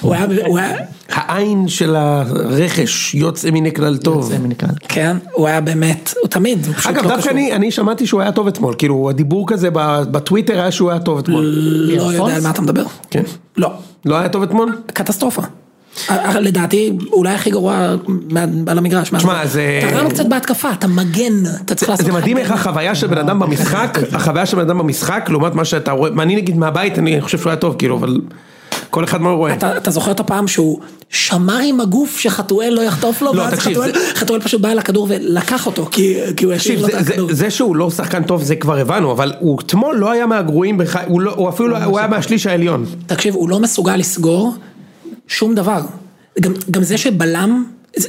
העין של הרכש יוצא מן הכלל טוב. כן, הוא היה באמת, הוא תמיד. אגב, דווקא אני שמעתי שהוא היה טוב אתמול, כאילו הדיבור כזה בטוויטר היה שהוא היה טוב אתמול. לא יודע על מה אתה מדבר. כן. לא. לא היה טוב אתמול? קטסטרופה. לדעתי, אולי הכי גרוע על המגרש. תשמע, זה... תראה קצת בהתקפה, אתה מגן, אתה צריך לעשות... זה מדהים איך החוויה של בן אדם במשחק, החוויה של בן אדם במשחק, לעומת מה שאתה רואה, אני נגיד מהבית, אני חושב שהוא היה טוב, כאילו, אבל... כל אחד מה הוא רואה. אתה זוכר את הפעם שהוא שמר עם הגוף שחתואל לא יחטוף לו, ואז חתואל פשוט בא לכדור ולקח אותו, כי הוא ישאיר לו את הכדור. זה שהוא לא שחקן טוב זה כבר הבנו, אבל הוא אתמול לא היה מהגרועים, הוא אפילו הוא היה מהשליש העליון. תקשיב, הוא לא מסוגל לסגור שום דבר. גם זה שבלם,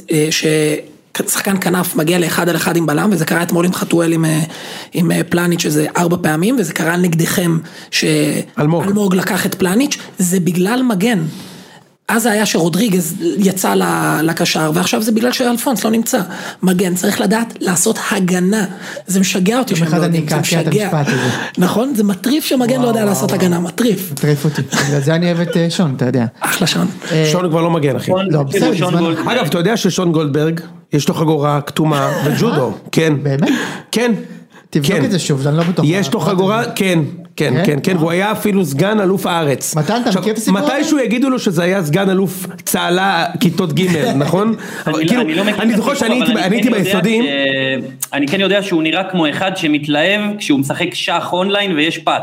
ששחקן כנף מגיע לאחד על אחד עם בלם, וזה קרה אתמול עם חתואל עם פלניץ' שזה ארבע פעמים, וזה קרה נגדכם שאלמוג לקח את פלניץ', זה בגלל מגן. אז זה היה שרודריגז יצא לקשר, ועכשיו זה בגלל שאלפונס לא נמצא. מגן צריך לדעת לעשות הגנה. זה משגע אותי שהם לא יודעים, זה משגע. נכון? זה מטריף שמגן לא יודע לעשות הגנה, מטריף. מטריף אותי. בגלל זה אני אוהב את שון, אתה יודע. אחלה שון. שון כבר לא מגן, אחי. אגב, אתה יודע ששון גולדברג, יש לו חגורה כתומה וג'ודו. כן. באמת? כן. תבדוק את זה שוב, אני לא בטוח. יש לו חגורה, כן. כן, כן, כן, והוא היה אפילו סגן אלוף הארץ. מתי אתה מכיר את הסיפור הזה? מתישהו יגידו לו שזה היה סגן אלוף צהלה כיתות ג', נכון? אני זוכר שאני הייתי ביסודים. אני כן יודע שהוא נראה כמו אחד שמתלהב כשהוא משחק שח אונליין ויש פת.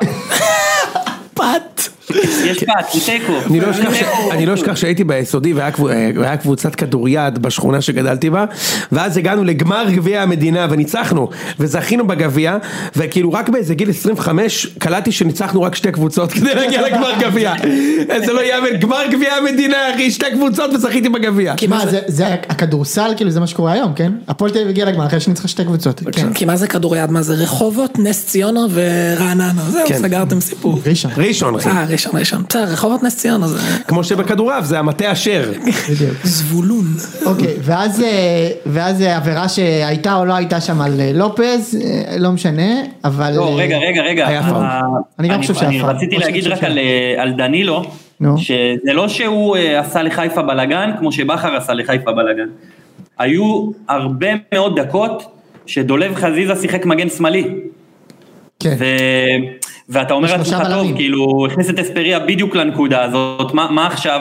פת. יש פת, תיקו. אני לא אשכח שהייתי ביסודי והיה קבוצת כדוריד בשכונה שגדלתי בה, ואז הגענו לגמר גביע המדינה וניצחנו וזכינו בגביע, וכאילו רק באיזה גיל עשרים וחמש קלטתי שניצחנו רק שתי קבוצות כדי להגיע לגמר גביע. זה לא יאמן, גמר גביע המדינה אחי, שתי קבוצות וזכיתי בגביע. מה, זה הכדורסל כאילו, זה מה שקורה היום, כן? הפועל תל אביב הגיע לגמר אחרי שניצחה שתי קבוצות. כי מה זה כדוריד? מה זה רחובות, נס ציונה ורעננה? זהו, סגרתם סיפור. ראשון. ראשון, ראשון, ראשון. בסדר, רחובות נס ציונה זה... כמו שבכדורעף, זה המטה אשר. זבולון. אוקיי, ואז עבירה שהייתה או לא הייתה שם על לופז, לא משנה, אבל... לא, רגע, רגע, רגע. אני גם חושב שהפעם. אני רציתי להגיד רק על דנילו, שזה לא שהוא עשה לחיפה בלגן, כמו שבחר עשה לחיפה בלגן. היו הרבה מאוד דקות שדולב חזיזה שיחק מגן שמאלי. כן. ואתה אומר לעצמך טוב, כאילו, הכניס את אספריה בדיוק לנקודה הזאת, מה עכשיו?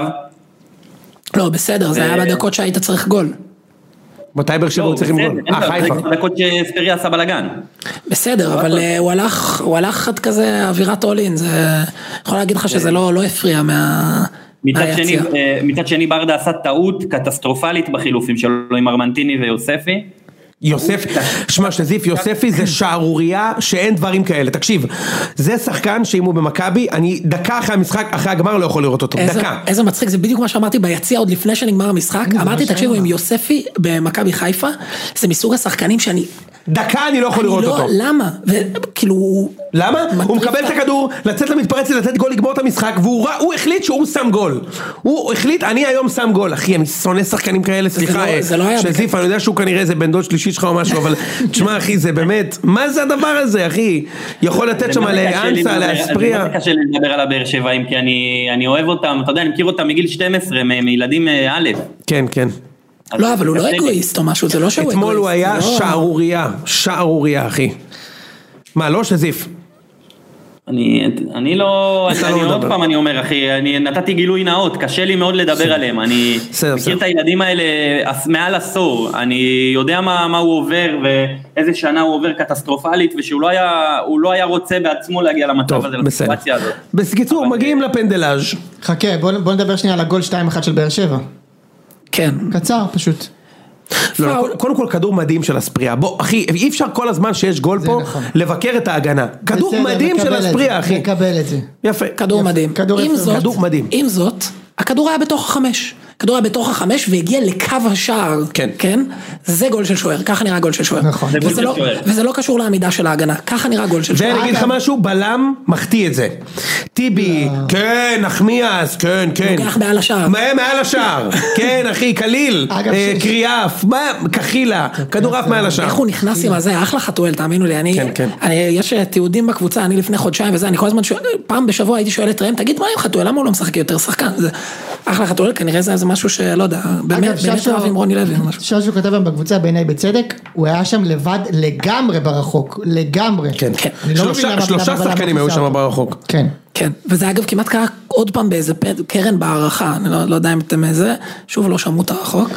לא, בסדר, זה היה בדקות שהיית צריך גול. מתי באר שבע הוא צריך עם גול? אה, חיפה. בדקות שאספריה עשה בלגן. בסדר, אבל הוא הלך, הוא הלך עד כזה אווירת אולין, זה יכול להגיד לך שזה לא הפריע מהיציאה. מצד שני, ברדה עשה טעות קטסטרופלית בחילופים שלו עם ארמנטיני ויוספי. יוסף, שמע שזיף, יוספי זה שערוריה שאין דברים כאלה, תקשיב, זה שחקן שאם הוא במכבי, אני דקה אחרי המשחק, אחרי הגמר לא יכול לראות אותו, דקה. איזה מצחיק, זה בדיוק מה שאמרתי ביציע עוד לפני שנגמר המשחק, אמרתי תקשיבו עם יוספי במכבי חיפה, זה מסוג השחקנים שאני... דקה אני לא יכול לראות אותו. למה? וכאילו... למה? הוא מקבל את הכדור, לצאת למתפרץ, לתת גול, לגמור את המשחק, והוא החליט שהוא שם גול. הוא החליט, אני היום שם גול, אחי, אני שונא שחקנים כאלה, סליחה, שזיף, אני יודע שהוא כנראה איזה בן דוד שלישי שלך או משהו, אבל תשמע אחי, זה באמת, מה זה הדבר הזה, אחי? יכול לתת שם לאנסה, לאספריה. זה קשה לי לדבר על הבאר שבעים, כי אני אוהב אותם, אתה יודע, אני מכיר אותם מגיל שתים עשרה, מילדים א'. כן, כן. לא, אבל הוא לא אגואיסט או משהו, זה לא שהוא אגואיסט. אתמול הוא היה שערוריה, שערוריה, אחי. מה, לא שזיף? אני, אני לא, אני עוד פעם אני אומר, אחי, אני נתתי גילוי נאות, קשה לי מאוד לדבר עליהם, אני מכיר את הילדים האלה מעל עשור, אני יודע מה, מה הוא עובר ואיזה שנה הוא עובר קטסטרופלית, ושהוא לא היה, הוא לא היה רוצה בעצמו להגיע למצב הזה, לסיטואציה הזאת. בקיצור, מגיעים לפנדלאז'. חכה, בוא, בוא נדבר שנייה על הגול שתיים אחת של באר שבע. כן. קצר, פשוט. לא, קודם כל כדור מדהים של אספריה, בוא אחי, אי אפשר כל הזמן שיש גול פה לבקר את ההגנה, כדור מדהים של אספריה אחי, נקבל את זה, יפה, כדור מדהים, כדור מדהים, עם זאת, הכדור היה בתוך החמש, הכדור היה בתוך החמש והגיע לקו השער, כן, זה גול של שוער, ככה נראה גול של שוער, וזה לא קשור לעמידה של ההגנה, ככה נראה גול של שוער. ואני אגיד לך משהו, בלם מחטיא את זה, טיבי, כן, נחמיאס, כן, כן, לוקח מעל השער, מעל השער, כן אחי, קליל, קריאף, כחילה, כדורף מעל השער. איך הוא נכנס עם הזה, אחלה חתואל, תאמינו לי, יש תיעודים בקבוצה, אני לפני חודשיים וזה, אני כל הזמן, פעם בשבוע הייתי שואל את ראם, תגיד מה עם חתואל, למה הוא לא משחק יותר שחקן? אחלה חתול, כנראה זה איזה משהו שלא יודע, באמת רב עם רוני לוי או משהו. ששו כתב להם בקבוצה בעיניי בצדק, הוא היה שם לבד לגמרי ברחוק, לגמרי. כן, שלושה שחקנים היו שם ברחוק. כן. כן, וזה אגב כמעט קרה עוד פעם באיזה קרן בערכה, אני לא יודע אם אתם איזה, שוב לא שמעו את הרחוק.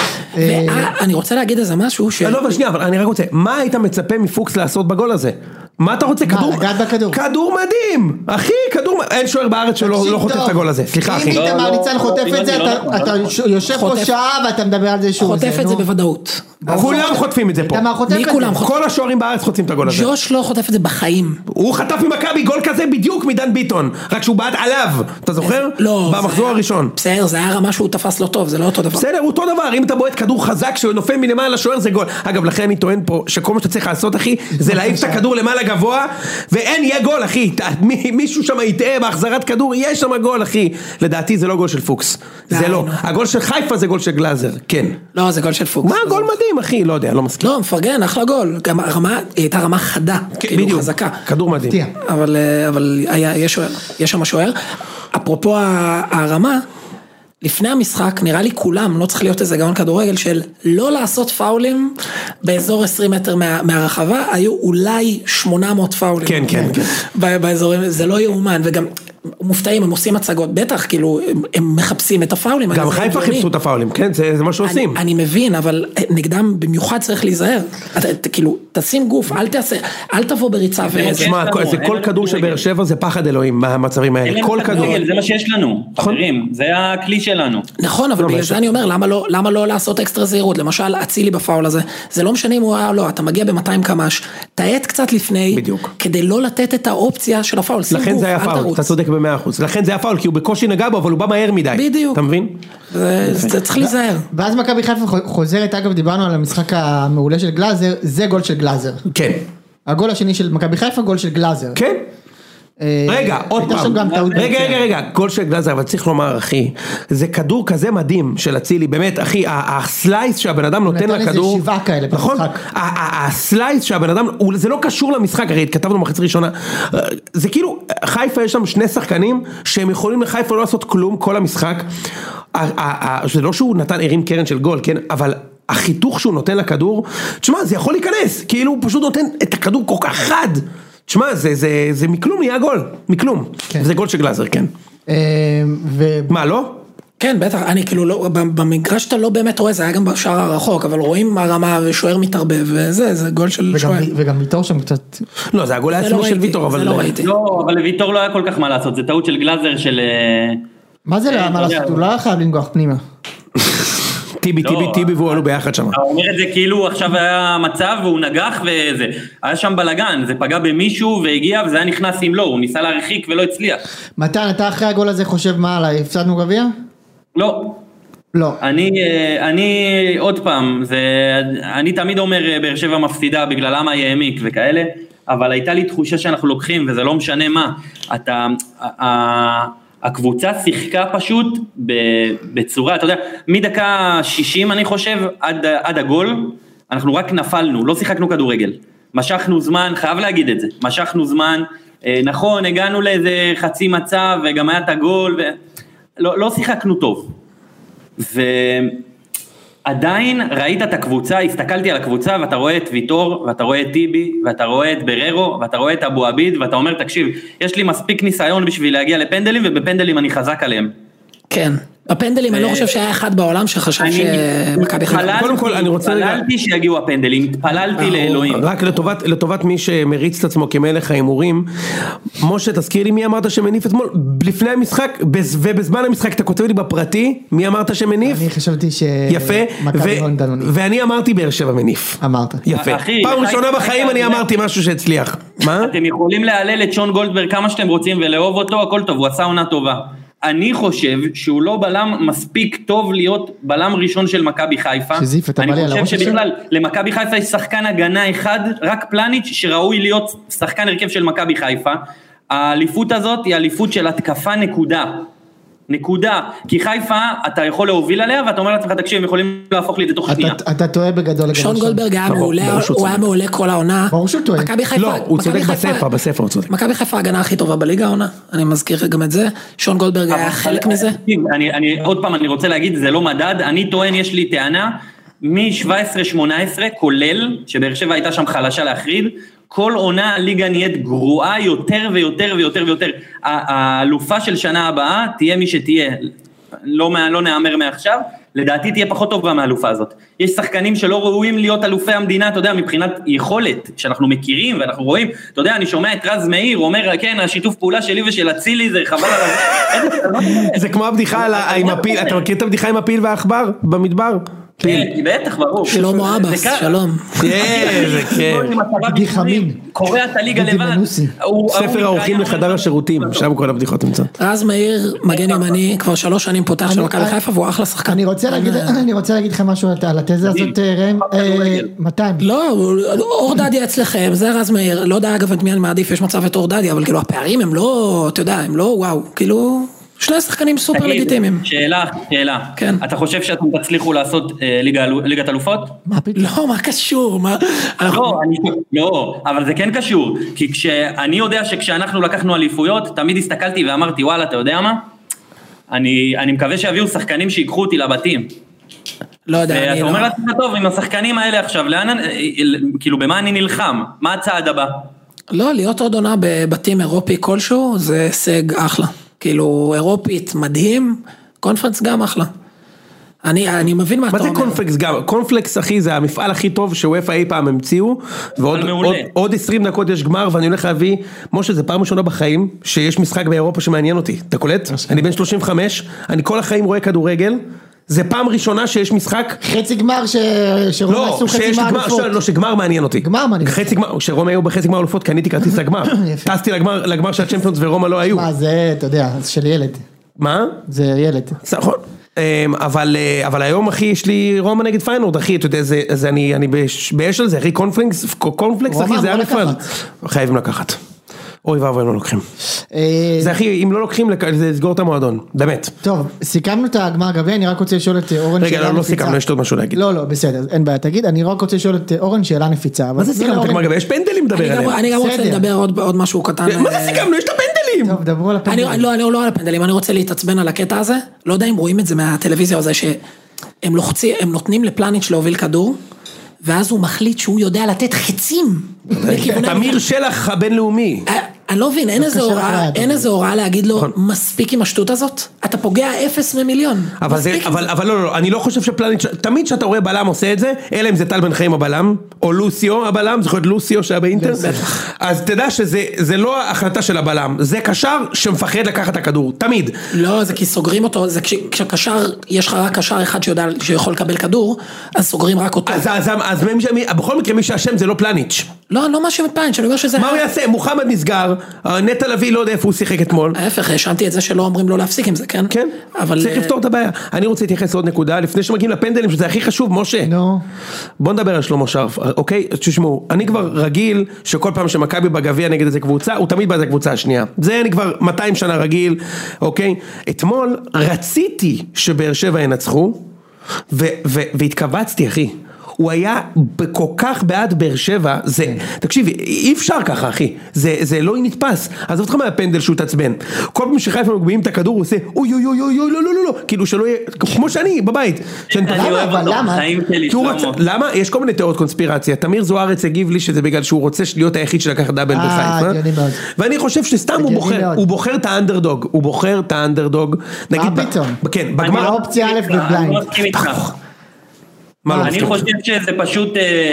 אני רוצה להגיד איזה משהו ש... לא, אבל שנייה, אבל אני רק רוצה, מה היית מצפה מפוקס לעשות בגול הזה? מה אתה רוצה? כדור... כדור מדהים! אחי, כדור... אין שוער בארץ שלא חוטף את הגול הזה, סליחה אחי. אם איתמר ניצן חוטף את זה, אתה יושב פה שעה ואתה מדבר על זה שהוא... חוטף את זה בוודאות. כולם חוטפים את זה פה. מי כולם? כל השוערים בארץ חוטפים את הגול הזה. ג'וש לא חוטף את זה בחיים. הוא חטף ממכבי גול כזה בדיוק מדן ביטון, רק שהוא בעט עליו, אתה זוכר? לא. במחזור הראשון. בסדר, זה היה רמה שהוא תפס לא טוב, זה לא אותו דבר. בסדר, הוא אותו דבר, אם אתה בועט כדור חזק שנופל מלמעלה לשוער זה גול. אגב, לכן אני טוען פה שכל מה שאתה צריך לעשות, אחי, זה להעיף את הכדור למעלה גבוה, ואין יהיה גול, אחי. מישהו שם יטעה בהחזרת כדור, יש שם גול, אחי. לדעתי זה לא גול של פוקס. זה לא. הגול של חיפה זה גול של גלאזר, כן. לא, זה גול של פוקס. מה, גול מדהים, אחי, לא יודע, לא מסכים. לא, מפרגן, אחלה גול. גם הרמה, הייתה רמה חדה, כאילו חזקה. כדור מדהים. אבל, אבל היה, יש שוער, יש שם שוער. אפרופו הרמה, לפני המשחק, נראה לי כולם, לא צריך להיות איזה גאון כדורגל, של לא לעשות פאולים באזור עשרים מטר מה, מהרחבה, היו אולי שמונה מאות פאולים. כן, כן, כן. באזורים, זה לא יאומן, וגם מופתעים, הם עושים הצגות, בטח, כאילו, הם מחפשים את הפאולים. גם חיפה חיפשו את הפאולים, כן, זה, זה מה שעושים. אני, אני מבין, אבל נגדם במיוחד צריך להיזהר. אתה, אתה, כאילו, תשים גוף, אל תעשה, אל תבוא בריצה ואיזה. תשמע, זה כל כדור של באר שבע, זה פחד אלוהים, מהמצבים האלה, כל כדור. זה מה שיש לנו, חברים, זה הכלי שלנו. נכון, אבל בגלל זה אני אומר, למה לא, למה לא לעשות אקסטרה זהירות? למשל, אצילי בפאול הזה, זה לא משנה אם הוא היה או לא, אתה מגיע ב-מאתיים קמ"ש, תעט קצת לפני, כדי לא לתת את האופציה של הפאול. לכן זה היה פאול, אתה צודק ב-מאה אחוז. לכן זה היה פאול, כי הוא בקושי נגע בו, אבל הוא בא מהר מדי. בדיוק. אתה מבין? זה צריך להיזהר. ואז מכבי חיפה חוזרת, אגב, דיברנו על המשחק המעולה של גלאזר, זה גול של גלאזר. כן. הגול השני של מכבי חיפה, גול של גלאזר. כן. רגע, עוד פעם, רגע, רגע, רגע, גול של גלאזר, אבל צריך לומר, אחי, זה כדור כזה מדהים של אצילי, באמת, אחי, הסלייס שהבן אדם נותן לכדור, נכון? הסלייס שהבן אדם, זה לא קשור למשחק, הרי התכתבנו מחצי ראשונה, זה כאילו, חיפה יש שם שני שחקנים, שהם יכולים לחיפה לא לעשות כלום כל המשחק, זה לא שהוא נתן הרים קרן של גול, כן, אבל החיתוך שהוא נותן לכדור, תשמע, זה יכול להיכנס, כאילו הוא פשוט נותן את הכדור כל כך חד, תשמע, זה, זה, זה מכלום נהיה גול, מכלום. כן. זה גול של גלאזר, כן. ו... מה, לא? כן, בטח, אני כאילו לא, במגרש אתה לא באמת רואה, זה היה גם בשער הרחוק, אבל רואים הרמה ושוער מתערבב, וזה, זה גול של שוער. וגם ויתור שם קצת... לא, זה הגול היה עצמו של ויתור, אבל... זה לא ראיתי. לא, אבל לויתור לא היה כל כך מה לעשות, זה טעות של גלאזר של... מה זה לא מה לעשות? הוא לא היה חייב לנגוח פנימה. טיבי, טיבי, טיבי והוא עלו ביחד שם. אתה אומר את זה כאילו עכשיו היה מצב והוא נגח וזה, היה שם בלגן, זה פגע במישהו והגיע וזה היה נכנס עם לא, הוא ניסה להרחיק ולא הצליח. מתן, אתה אחרי הגול הזה חושב מה עליי, הפסדנו גביע? לא. לא. אני, אני, עוד פעם, זה, אני תמיד אומר באר שבע מפסידה בגלל למה יעמיק וכאלה, אבל הייתה לי תחושה שאנחנו לוקחים וזה לא משנה מה, אתה, הקבוצה שיחקה פשוט בצורה, אתה יודע, מדקה שישים אני חושב, עד, עד הגול, אנחנו רק נפלנו, לא שיחקנו כדורגל, משכנו זמן, חייב להגיד את זה, משכנו זמן, נכון, הגענו לאיזה חצי מצב, וגם היה את הגול, ולא, לא שיחקנו טוב, ועדיין ראית את הקבוצה, הסתכלתי על הקבוצה, ואתה רואה את ויטור, ואתה רואה את טיבי, ואתה רואה את בררו, ואתה רואה את אבו עביד, ואתה אומר, תקשיב, יש לי מספיק ניסיון בשביל להגיע לפנדלים, ובפנדלים אני חזק עליהם. כן, בפנדלים אני לא חושב שהיה אחד בעולם שחשב שמכבי חיפה. קודם כל אני רוצה... התפללתי שיגיעו הפנדלים, התפללתי לאלוהים. רק לטובת מי שמריץ את עצמו כמלך ההימורים, משה תזכיר לי מי אמרת שמניף אתמול, לפני המשחק ובזמן המשחק אתה כותב לי בפרטי, מי אמרת שמניף? אני חשבתי ש... יפה, ואני אמרתי באר שבע מניף. אמרת. יפה, פעם ראשונה בחיים אני אמרתי משהו שהצליח. מה? אתם יכולים להעלל את שון גולדברג כמה שאתם רוצים ולאהוב אותו, הכל טוב, הוא עשה עונה טובה. אני חושב שהוא לא בלם מספיק טוב להיות בלם ראשון של מכבי חיפה. שזיף, אתה בא לי על הראש אני חושב שבכלל, למכבי חיפה יש שחקן הגנה אחד, רק פלניץ' שראוי להיות שחקן הרכב של מכבי חיפה. האליפות הזאת היא אליפות של התקפה נקודה. נקודה, כי חיפה אתה יכול להוביל עליה ואתה אומר לעצמך תקשיב, הם יכולים להפוך לי את תוך שנייה. אתה טועה בגדול. שון גולדברג היה מעולה, הוא היה מעולה כל העונה. ברור שהוא טועה. לא, הוא צודק בספר, בספר הוא צודק. מכבי חיפה ההגנה הכי טובה בליגה העונה, אני מזכיר גם את זה, שון גולדברג היה חלק מזה. עוד פעם אני רוצה להגיד, זה לא מדד, אני טוען, יש לי טענה, מ-שבע עשרה שמונה עשרה כולל, שבאר שבע הייתה שם חלשה להחריד, כל עונה הליגה נהיית גרועה יותר ויותר ויותר ויותר. האלופה של שנה הבאה תהיה מי שתהיה, לא, לא נאמר מעכשיו, לדעתי תהיה פחות טובה מהאלופה הזאת. יש שחקנים שלא ראויים להיות אלופי המדינה, אתה יודע, מבחינת יכולת, שאנחנו מכירים ואנחנו רואים, אתה יודע, אני שומע את רז מאיר, הוא אומר, כן, השיתוף פעולה שלי ושל הצילי, זה חבל על זה. זה כמו הבדיחה עם הפיל, אתה מכיר את הבדיחה עם הפיל והעכבר במדבר? כן, בטח, ברור. שלום אבס, שלום. כן, זה כן. בדיחה מין. קורא את הליגה לבד. ספר האורחים לחדר השירותים, שם כל הבדיחות נמצא. רז מאיר, מגן ימני, כבר שלוש שנים פותח של מכבי חיפה, והוא אחלה שחקן. אני רוצה להגיד לכם משהו על התזה הזאת, ראם, מתן. לא, אור דדיה אצלכם, זה רז מאיר, לא יודע אגב את מי אני מעדיף, יש מצב את אור דדיה, אבל כאילו הפערים הם לא, אתה יודע, הם לא וואו, כאילו... שני שחקנים סופר לגיטימיים. שאלה, שאלה. כן. אתה חושב שאתם תצליחו לעשות ליגת אלופות? מה פתאום? לא, מה קשור? לא, לא, אבל זה כן קשור. כי כשאני יודע שכשאנחנו לקחנו אליפויות, תמיד הסתכלתי ואמרתי, וואלה, אתה יודע מה? אני מקווה שיביאו שחקנים שיקחו אותי לבתים. לא יודע, אני לא... אתה אומר לעצמך טוב, עם השחקנים האלה עכשיו, לאן, כאילו, במה אני נלחם? מה הצעד הבא? לא, להיות עוד עונה בבתים אירופי כלשהו, זה הישג אחלה. כאילו, אירופית מדהים, קונפרנס גם אחלה. אני, אני מבין מה אתה אומר. מה זה קונפלקס גם? קונפלקס אחי זה המפעל הכי טוב שוואפה אי פעם המציאו, ועוד עוד, עוד עשרים דקות יש גמר, ואני הולך להביא, משה זה פעם ראשונה בחיים, שיש משחק באירופה שמעניין אותי, אתה קולט? אני בן שלושים וחמש, אני כל החיים רואה כדורגל, זה פעם ראשונה שיש משחק חצי גמר שרומא עשו חצי גמר אלופות. לא, שגמר מעניין אותי. גמר מעניין. חצי גמר, שרומא היו בחצי גמר אלופות, קניתי כרטיס לגמר. טסתי לגמר של הצ'מפיונס ורומא לא היו. מה זה, אתה יודע, זה של ילד. מה? זה ילד. נכון. אבל, אבל היום אחי יש לי רומא נגד פיינורד אחי, אתה יודע, זה, זה אני, אני באש על זה, אחי, קונפלקס, קונפלקס אחי, זה היה נפל. חייבים לקחת. אוי ואבוי הם לא לוקחים. זה הכי, אם לא לוקחים, זה לסגור את המועדון, באמת. טוב, סיכמנו את הגמר הגביע, אני רק רוצה לשאול את אורן שאלה נפיצה. רגע, לא סיכמנו, יש עוד משהו להגיד. לא, לא, בסדר, אין בעיה, תגיד, אני רק רוצה לשאול את אורן שאלה נפיצה. מה זה סיכמנו את הגמר הגביע? יש פנדלים לדבר עליהם. אני גם רוצה לדבר עוד משהו קטן. מה זה סיכמנו? יש את הפנדלים! טוב, דברו על הפנדלים. לא, אני לא על הפנדלים, אני רוצה להתעצבן על הקטע הזה, לא יודע אם רואים את זה מהטלוויזיה הזה, שהם לוחצים, הם נותנים לפלניץ' להוביל כדור, ואז הוא מחליט שהוא יודע לתת חצים. תמיר שלח הבינלאומי. אני לא מבין, אין איזה הוראה להגיד לו, מספיק עם השטות הזאת? אתה פוגע אפס ממיליון. אבל לא, לא, אני לא חושב שפלניץ', תמיד שאתה רואה בלם עושה את זה, אלא אם זה טל בן חיים הבלם, או לוסיו הבלם, זה יכול להיות לוסיו שהיה באינטר, אז תדע שזה לא ההחלטה של הבלם, זה קשר שמפחד לקחת את הכדור, תמיד. לא, זה כי סוגרים אותו, זה כשקשר, יש לך רק קשר אחד שיכול לקבל כדור, אז סוגרים רק אותו. אז בכל מקרה מי שהשם זה לא פלניץ'. לא, לא משהו מפלניץ', אני אומר שזה... מה הוא יעשה? מוחמד נסגר, נטע לביא לא יודע איפה הוא שיחק אתמול. ההפך, האשמתי את זה שלא אומרים לא להפסיק עם זה, כן? כן, צריך לפתור את הבעיה. אני רוצה להתייחס לעוד נקודה, לפני שמגיעים לפנדלים, שזה הכי חשוב, משה. נו. בוא נדבר על שלמה שרף, אוקיי? תשמעו, אני כבר רגיל שכל פעם שמכבי בגביע נגד איזה קבוצה, הוא תמיד באיזה קבוצה השנייה. זה אני כבר מאתיים שנה רגיל, אוקיי? אתמול רציתי שבאר שבע ינצחו, והתכווצתי, אחי. הוא היה כל כך בעד באר שבע, זה, תקשיב, אי אפשר ככה אחי, זה, זה לא נתפס, אז אותך מהפנדל שהוא תעצבן, כל פעם שחיפה מגביעים את הכדור הוא עושה, אוי אוי אוי אוי אוי לא לא לא לא, כאילו שלא יהיה, כמו שאני בבית, אני אוהב אותו, חיים שלי, למה? יש כל מיני תיאוריות קונספירציה, תמיר זוארץ הגיב לי שזה בגלל שהוא רוצה להיות היחיד שלקח דאבל בחיפה, ואני חושב שסתם הוא בוחר, הוא בוחר את האנדרדוג, הוא בוחר את האנדרדוג, מה פתאום? כן, בגמר, האופציה א' בבליינד. אני חושב שזה פשוט,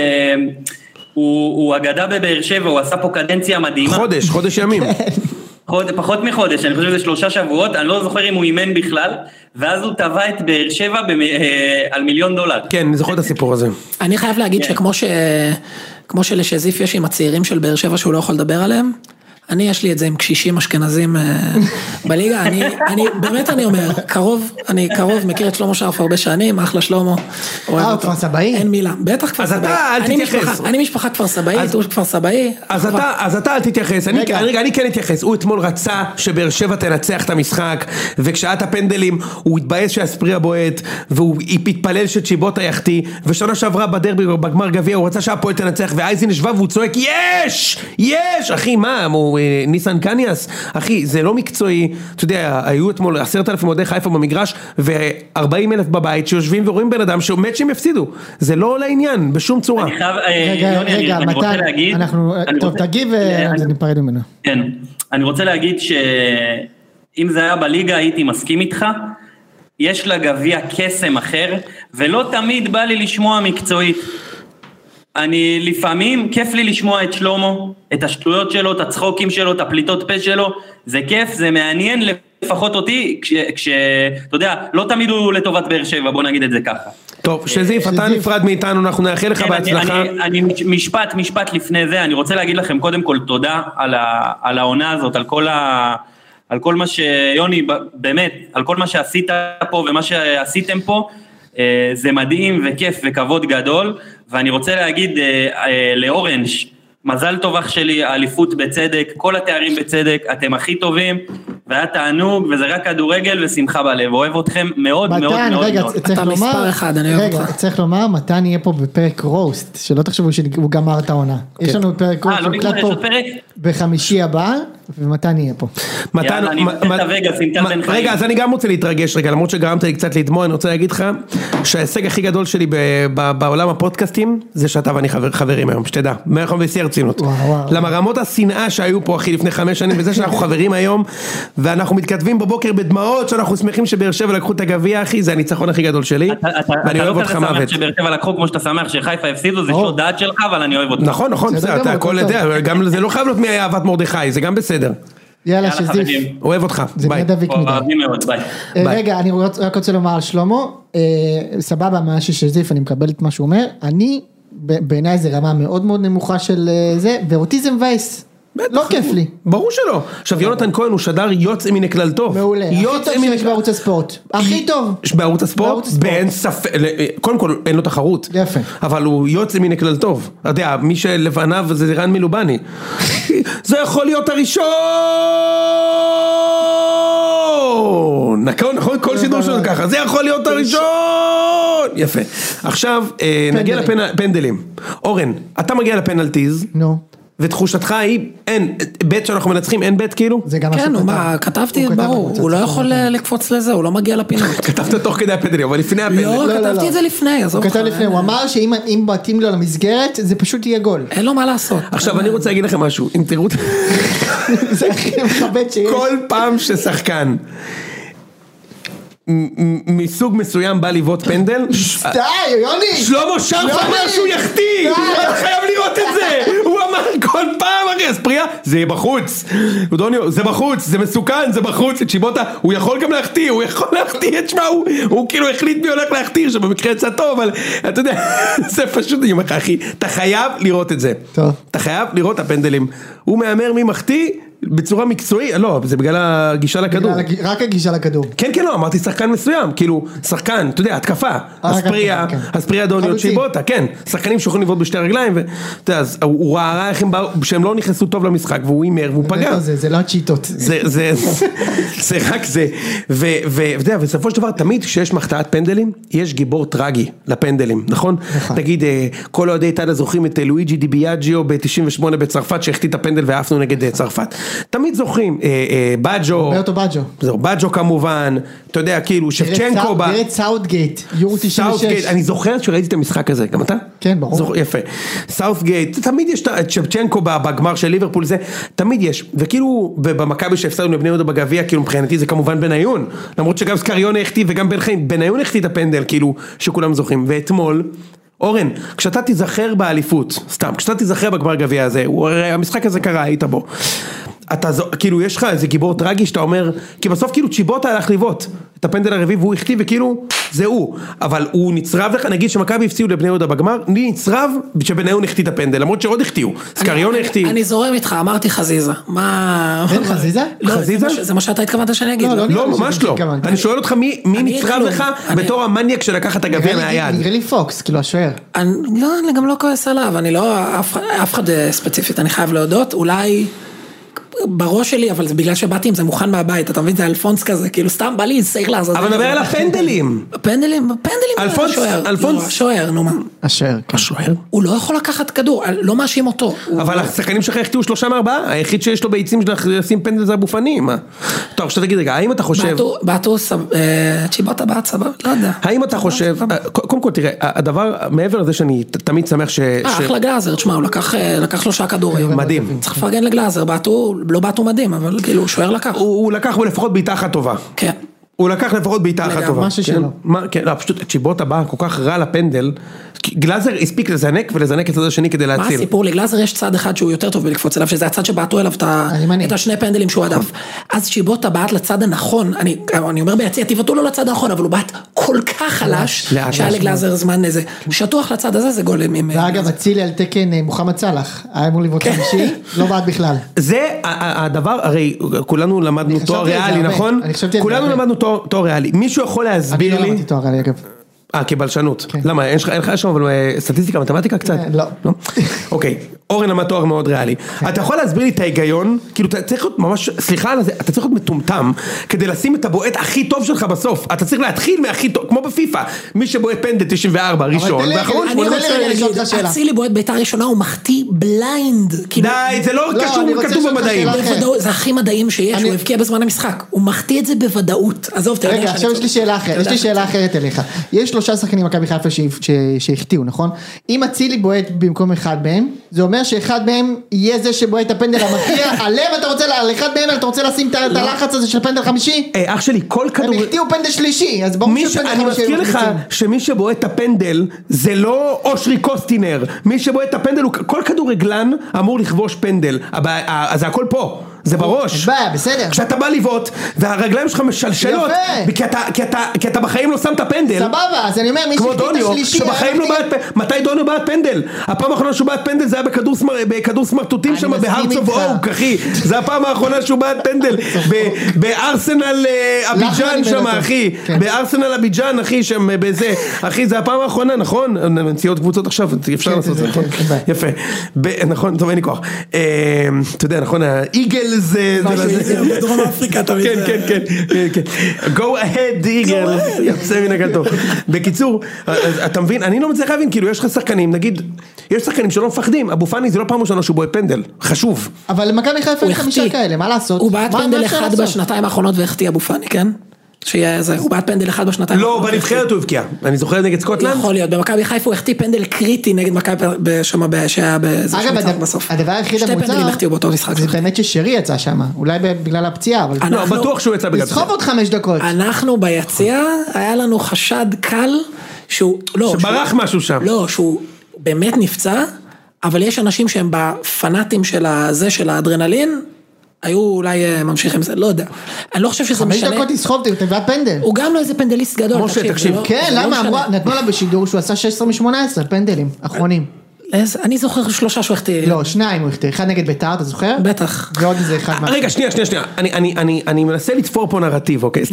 הוא אגדה בבאר שבע, הוא עשה פה קדנציה מדהימה. חודש, חודש ימים. פחות מחודש, אני חושב שזה שלושה שבועות, אני לא זוכר אם הוא אימן בכלל, ואז הוא טבע את באר שבע על מיליון דולר. כן, אני זוכר את הסיפור הזה. אני חייב להגיד שכמו שלשזיף יש עם הצעירים של באר שבע שהוא לא יכול לדבר עליהם, אני יש לי את זה עם קשישים אשכנזים בליגה, אני, אני, באמת אני אומר, קרוב, אני קרוב, מכיר את שלמה שרף הרבה שנים, אחלה שלמה. אה, כפר סבאי? אין מילה, בטח כפר סבאי. אז אתה אל תתייחס. אני משפחה כפר סבאי, הוא כפר סבאי. אז אתה, אז אתה אל תתייחס, אני, רגע, אני כן אתייחס, הוא אתמול רצה שבאר שבע תנצח את המשחק, וכשעת הפנדלים, הוא התבאס שהספריה בועט, והוא התפלל שצ'יבוטה יחטיא, ושנה שעברה בדרבי, בגמר גביע, הוא רצה שהפועל תנצח, ואייזין נשבע והוא צועק, יש! יש! אחי, מה? הוא, ניסן קניאס, אחי, זה לא מקצועי, אתה יודע, היו אתמול עשרת אלפים אוהדי חיפה במגרש, ו-ארבעים אלף בבית שיושבים ורואים בן אדם שעומד שהם יפסידו, זה לא לעניין, בשום צורה. אני חייב, רגע, יוני, רגע, אני, אני רוצה להגיד, אנחנו, אני טוב, רוצה, תגיב ואני ניפרד ממנו. כן, אני רוצה להגיד שאם זה היה בליגה הייתי מסכים איתך, יש לה גביע קסם אחר, ולא תמיד בא לי לשמוע מקצועית. אני לפעמים, כיף לי לשמוע את שלומו, את השטויות שלו, את הצחוקים שלו, את הפליטות פה שלו, זה כיף, זה מעניין לפחות אותי, כש, כש, אתה יודע, לא תמיד הוא לטובת באר שבע, בוא נגיד את זה ככה. טוב, שזיף, אתה נפרד מאיתנו, אנחנו נאחל לך בהצלחה. אני, אני, אני, משפט, משפט לפני זה, אני רוצה להגיד לכם קודם כל תודה על, ה, על העונה הזאת, על כל ה... על כל מה שיוני, באמת, על כל מה שעשית פה ומה שעשיתם פה, זה מדהים וכיף וכבוד גדול, ואני רוצה להגיד לאורנג' מזל טוב אח שלי, האליפות בצדק, כל התארים בצדק, אתם הכי טובים, והיה תענוג, וזה רק כדורגל ושמחה בלב, אוהב אתכם מאוד מאוד מאוד. מתן, רגע, צריך לומר, אחד, אני אוהב אותך. צריך לומר, מתן יהיה פה בפרק רוסט, שלא תחשבו שהוא גמר את העונה. יש לנו פרק רוסט, בחמישי הבא, ומתן יהיה פה. יאללה, אני מתן את הווגאס, עם טל בן חיים. רגע, אז אני גם רוצה להתרגש, רגע, למרות שגרמת לי קצת לדמוע, אני רוצה להגיד לך, שההישג הכי גדול שלי בעולם הפודקאסטים, זה שאתה ואני חברים היום, שתדע, מאחר בשיא הרצינות. למה רמות השנאה שהיו פה אחי לפני חמש שנים, וזה שאנחנו חברים היום, ואנחנו מתכתבים בבוקר בדמעות, שאנחנו שמחים שבאר שבע לקחו את הגביע, אחי, זה הניצחון הכי גדול שלי, ואני אוהב אותך מוות. אתה לא כזה שמח שבאר שבע לקחו כמו שאתה שמח שחיפה הפסידו, זה שוד דעת שלך, אבל אני אוהב אותך. נכון, נכון, אתה הכל יודע, גם זה לא חייב להיות מאהבת מרדכי, זה גם בסדר. יאללה שזיף. אוהב אותך, ביי. אוהבים מאוד, ביי. רגע, אני רק רוצה לומר על שלמה, סבבה, מה שזיף, אני מקבל את מה שהוא אומר, אני, בעיניי זה רמה מאוד מאוד נמוכה של זה, ואוטיזם וייס. לא כיף לי. ברור שלא. עכשיו יונתן כהן הוא שדר יוצא מן הכלל טוב. מעולה. הכי טוב שיש בערוץ הספורט. הכי טוב. בערוץ הספורט? באין ספק. קודם כל אין לו תחרות. יפה. אבל הוא יוצא מן הכלל טוב. אתה יודע, מי שלבניו זה רן מלובני. זה יכול להיות הראשון. נכון, נכון, כל שידור שלנו ככה. זה יכול להיות הראשון. יפה. עכשיו נגיע לפנדלים. אורן, אתה מגיע לפנלטיז. נו. ותחושתך היא, אין, בית שאנחנו מנצחים, אין בית כאילו? זה גם כן, מה, כתבתי, ברור, הוא לא יכול לקפוץ לזה, הוא לא מגיע לפינות. כתבת תוך כדי הפנדלים, אבל לפני הפנדלים. לא, כתבתי את זה לפני, עזוב אותך. הוא כתב לפני, הוא אמר שאם בתים לו למסגרת, זה פשוט יהיה גול. אין לו מה לעשות. עכשיו, אני רוצה להגיד לכם משהו, אם תראו... זה הכי מכבד שיש. כל פעם ששחקן... מסוג מסוים בא לבעוט פנדל. די, יוני! שלמה שרף אמר שהוא יחטיא! אתה חייב לראות את זה! הוא אמר כל פעם אחרי הספריה, זה יהיה בחוץ. דוניו, זה בחוץ, זה מסוכן, זה בחוץ. את שיבוטה, הוא יכול גם להחטיא, הוא יכול להחטיא, תשמע, הוא כאילו החליט מי הולך להחטיא, שבמקרה יצא טוב, אבל אתה יודע, זה פשוט, אני אומר לך אחי, אתה חייב לראות את זה. אתה חייב לראות את הפנדלים. הוא מאמר מי מחטיא, בצורה מקצועית, לא, זה בגלל הגישה לכדור. רק הגישה לכדור. כן, כן, לא, אמרתי שחקן מסוים, כאילו, שחקן, אתה יודע, התקפה, הספריה, הספריה דוניות שיבוטה, כן, שחקנים שיכולים לבעוט בשתי הרגליים, ואתה יודע, אז הוא ראה איך שהם לא נכנסו טוב למשחק, והוא אימר, והוא פגע. זה לא הצ'יטות. זה רק זה, ואתה יודע, בסופו של דבר, תמיד כשיש מחטאת פנדלים, יש גיבור טרגי לפנדלים, נכון? תגיד, כל אוהדי טאדה זוכרים את לואיג'י די ביאג'יו ב-תשעים ושמונה בצרפת, שהחטיא את הפנדל ועפנו נגד צרפת. תמיד זוכרים, בג'ו, רוברטו בג'ו, זהו, בג'ו כמובן, אתה יודע, כאילו, שפצ'נקו, גרד סאוטגייט, יורו תשעים ושש, אני זוכר שראיתי את המשחק הזה, גם אתה? כן, ברור. יפה, סאוטגייט, תמיד יש את שפצ'נקו בגמר של ליברפול, זה, תמיד יש, וכאילו, במכבי שהפסדנו לבני יהודה בגביע, כאילו, מבחינתי זה כמובן בניון, למרות שגם סקריון החטיא וגם בן חיים, בניון החטיא את הפנדל, כאילו, שכולם זוכרים, ואתמול, אורן, כשאתה תיזכר באליפות, סתם, כשאתה תיזכר בגמר גביע הזה, המשחק הזה קרה, היית בו. אתה, כאילו, יש לך איזה גיבור טרגי שאתה אומר, כי בסוף כאילו צ'יבוטה הלך לבעוט את הפנדל הרביעי והוא הכתיב וכאילו, זה הוא, אבל הוא נצרב לך, נגיד שמכבי הפסיעו לבני יהודה בגמר, לי נצרב שבני יהודה נחטיא את הפנדל, למרות שעוד החטיאו, סקריון החטיא. אני זורם איתך, אמרתי חזיזה, מה... אין חזיזה? חזיזה? זה מה שאתה התכוונת שאני אגיד. לא, ממש לא, אני שואל אותך מי נצרב לך בתור המניאק שלקח את הגביע מהיד. נראה לי פוקס, כאילו השוער. לא, אני גם לא כועס עליו, אני לא, אף אחד ספציפית, אני חייב להודות, אולי בראש שלי, אבל זה בגלל שבאתי עם זה מוכן מהבית, אתה מבין, זה אלפונס כזה, כאילו סתם בא לי, צריך לעזור. אבל נדבר על הפנדלים. פנדלים, פנדלים, אלפונס, אלפונס. השוער, נו מה. השוער, השוער. הוא לא יכול לקחת כדור, לא מאשים אותו. אבל השחקנים שלך החטיאו שלושה מארבעה, היחיד שיש לו ביצים שלך לשים פנדל זה הבופנים. טוב, שאתה תגיד רגע, האם אתה חושב... בעטו, צ'יבוטה בעט סבבה, לא יודע. האם אתה חושב, קודם כל תראה, הדבר, מעבר לזה שאני תמיד שמח ש... אחלה גלאזר, תשמע, הוא לקח שלושה כדורים. מדהים. צריך לפרגן לגלאזר, בעטו, לא בעטו מדהים, אבל כאילו, שוער לקח. הוא לקח לפחות בעיטה אחת טובה. כן. הוא לקח לפחות בעיטה אחת טובה. משהו שלו. כן, לא, פשוט צ'יבוטה בא כל כך רע לפנדל, גלאזר הספיק לזנק ולזנק את הצד השני כדי להציל. מה הסיפור? לגלאזר יש צד אחד שהוא יותר טוב בלקפוץ אליו, שזה הצד שבעטו אליו את השני פנדלים שהוא עדף. אז צ'יבוטה בעט לצד הנכון, אני אומר ביציע, תיבטו לו לצד הנכון, אבל הוא בעט כל כך חלש, שהיה לגלאזר זמן איזה, שטוח לצד הזה, זה גול. ואגב, הצילי על תקן מוחמד סלח, היה אמור לבעוט חמישי, לא בעט בכלל. זה הדבר, הרי כולנו למדנו תואר ריאלי, נכון? כולנו למדנו תואר ריאלי. מישהו יכול להסביר לי? אני לא למדתי תואר ריאלי, אגב. אה, כבלשנות. למה, אין לך שם אבל סטטיסטיקה, מתמטיקה קצת? לא. אוקיי, אורן למד תואר מאוד ריאלי. אתה יכול להסביר לי את ההיגיון, כאילו אתה צריך להיות ממש, סליחה על זה, אתה צריך להיות מטומטם, כדי לשים את הבועט הכי טוב שלך בסוף. אתה צריך להתחיל מהכי טוב, כמו בפיפה, מי שבועט פנדל תשעים וארבע, ראשון, ואחרון אני רוצה להגיד, אצילי בועט ביתה ראשונה, הוא מחטיא בליינד. די, זה לא קשור, כתוב במדעים. זה הכי מדעים שיש, הוא הבקיע בזמן המשחק. הוא מחטיא את זה בוודאות. עזוב, תראה. רגע, עכשיו יש לי שאלה אחרת, יש לי שאלה אחרת אליך. יש שלושה שחקנים מכבי חיפה שהחטיאו, נכון? אם אצילי בועט במקום אחד מהם, זה אומר שאחד מהם יהיה זה שבועט הפנדל המכריע, עליהם אתה רוצה, על אחד מהם אתה רוצה לשים את הלחץ הזה של פנדל חמישי? אח שלי, כל כדור... הם החטיאו פנדל שלישי, אז ברור שפנדל חמישי... אני מזכיר לך שמי שבועט את הפנדל זה לא אושרי קוסטינר, מי שבועט את הפנדל, כל כדורגלן אמור לכבוש פנדל, אז זה הכל פה. זה בראש. בסדר. כשאתה בא לבעוט, והרגליים שלך משלשלות, כי אתה, כי אתה, כי אתה בחיים לא שם את הפנדל. סבבה, אז אני אומר, מי שהחליט השלישי... שבחיים לא בעט, מתי דוניו בעט פנדל? הפעם האחרונה שהוא בעט פנדל זה היה בכדור סמרטוטים שם, בהארץ אוף אוק, אחי. זה הפעם האחרונה שהוא בעט פנדל, בארסנל אביג'אן שם, אחי. בארסנל אביג'אן, אחי, שם בזה. אחי, זה הפעם האחרונה, נכון? נציאות קבוצות עכשיו, אפשר לעשות זה, נכון? יפה. נכון, טוב, אין לי כוח. אתה יודע, נכון, האיגל זה דרום אפריקה תמיד. כן, כן, כן. Go ahead, איגל. יוצא מן הגדול. בקיצור, אתה מבין, אני לא מצליח להבין, כאילו יש לך שחקנים, נגיד, יש שחקנים שלא מפחדים, אבו פאני זה לא פעם ראשונה שהוא בועט פנדל, חשוב. אבל למכבי חיפה יש חמישה כאלה, מה לעשות? הוא בעט פנדל אחד בשנתיים האחרונות והחטיא אבו פאני, כן? שיהיה זה, הוא בעט פנדל אחד בשנתיים. לא, בנבחרת הוא הבקיע. אני זוכר נגד סקוטלנד. יכול להיות, במכבי חיפה הוא החטיא פנדל קריטי נגד מכבי שמה שהיה באיזה שמצב בסוף. הדבר היחיד המוצא, זה באמת ששרי יצא שם, אולי בגלל הפציעה, אבל לא, בטוח שהוא יצא בגלל לסחוב עוד חמש דקות. אנחנו ביציע, היה לנו חשד קל, שהוא, לא, שברח משהו שם. לא, שהוא באמת נפצע, אבל יש אנשים שהם בפנאטים של הזה, של האדרנלין, היו אולי ממשיכים עם זה, לא יודע. אני לא חושב שזה משנה. חמש דקות יסחוב, תבעת פנדל. הוא גם לא איזה פנדליסט גדול. משה, תקשיב. כן, למה? נתנו לה בשידור שהוא עשה שש עשרה משמונה עשרה פנדלים, אחרונים. אני זוכר שלושה שהוא החטיא. לא, שניים הוא החטיא. אחד נגד בית"ר, אתה זוכר? בטח. ועוד איזה אחד. רגע, שנייה, שנייה, שנייה. אני מנסה לתפור פה נרטיב, אוקיי?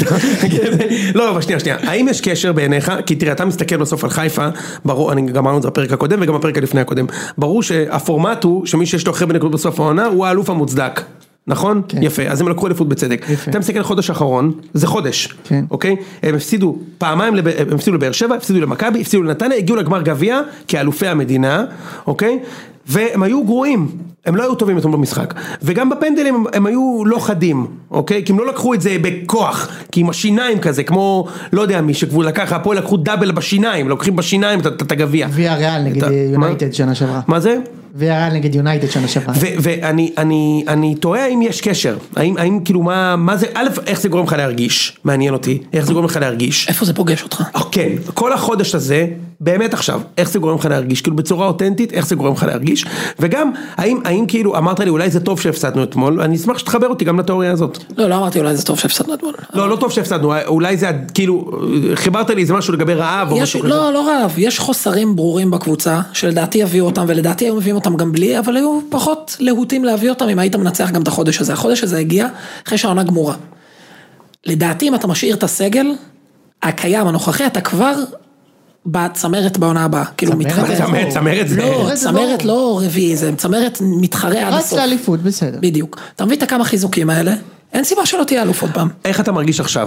לא, אבל שנייה, שנייה. האם יש קשר בעיניך? כי תראה, אתה מסתכל בסוף על חיפה, ברור, אני גם אמרנו את זה בפרק הקודם וגם בפרק לפני הקודם. ברור שהפורמט הוא שמי שיש לו אחרי בנקודות בסוף העונה הוא האלוף המוצדק. נכון? כן. יפה, אז הם לקחו אליפות בצדק. יפה. אתה מסתכל על חודש האחרון, זה חודש, כן. אוקיי? הם הפסידו פעמיים, לב... הם הפסידו לבאר שבע, הפסידו למכבי, הפסידו לנתניה, הגיעו לגמר גביע, כאלופי המדינה, אוקיי? והם היו גרועים, הם לא היו טובים יותר במשחק, וגם בפנדלים הם, הם היו לא חדים, אוקיי? כי הם לא לקחו את זה בכוח, כי עם השיניים כזה, כמו, לא יודע מי שכבול לקח, הפועל לקחו דאבל בשיניים, לוקחים בשיניים את הגביע. ויה ריאל נגד יונייטד שנה שעברה. מה זה? והיה נגד יונייטד שנה שעברה. ואני, אני, אני תוהה האם יש קשר, האם, האם כאילו מה, מה זה, א', איך זה גורם לך להרגיש, מעניין אותי, איך זה גורם לך להרגיש. איפה זה פוגש אותך? כן, כל החודש הזה, באמת עכשיו, איך זה גורם לך להרגיש, כאילו בצורה אותנטית, איך זה גורם לך להרגיש, וגם, האם, האם כאילו, אמרת לי, אולי זה טוב שהפסדנו אתמול, אני אשמח שתחבר אותי גם לתיאוריה הזאת. לא, לא אמרתי, אולי זה טוב שהפסדנו אתמול. לא, לא טוב שהפסדנו, אולי זה, כאילו, חיברת לי איזה משהו לגבי רעב או משהו כזה. לא, לא רעב, יש חוסרים ברורים בקבוצה, שלדעתי יביאו אותם, ולדעתי היו מביאים אותם גם בלי, אבל היו פחות להוטים להביא אותם, אם היית מנצח גם את החודש הזה. החודש הזה הגיע אחרי שהעונה גמורה. לדעתי, אם אתה משאיר את הסגל, הקיים, הנוכחי, אתה כבר בצמרת בעונה הבאה, כאילו מתחרה. צמרת, צמרת זה... לא, צמרת לא רביעי, זה צמרת מתחרה עד הסוף. רץ לאליפות, בסדר. בדיוק. אתה מביא את הכמה חיזוקים האלה, אין סיבה שלא תהיה אלוף עוד פעם. איך אתה מרגיש עכשיו?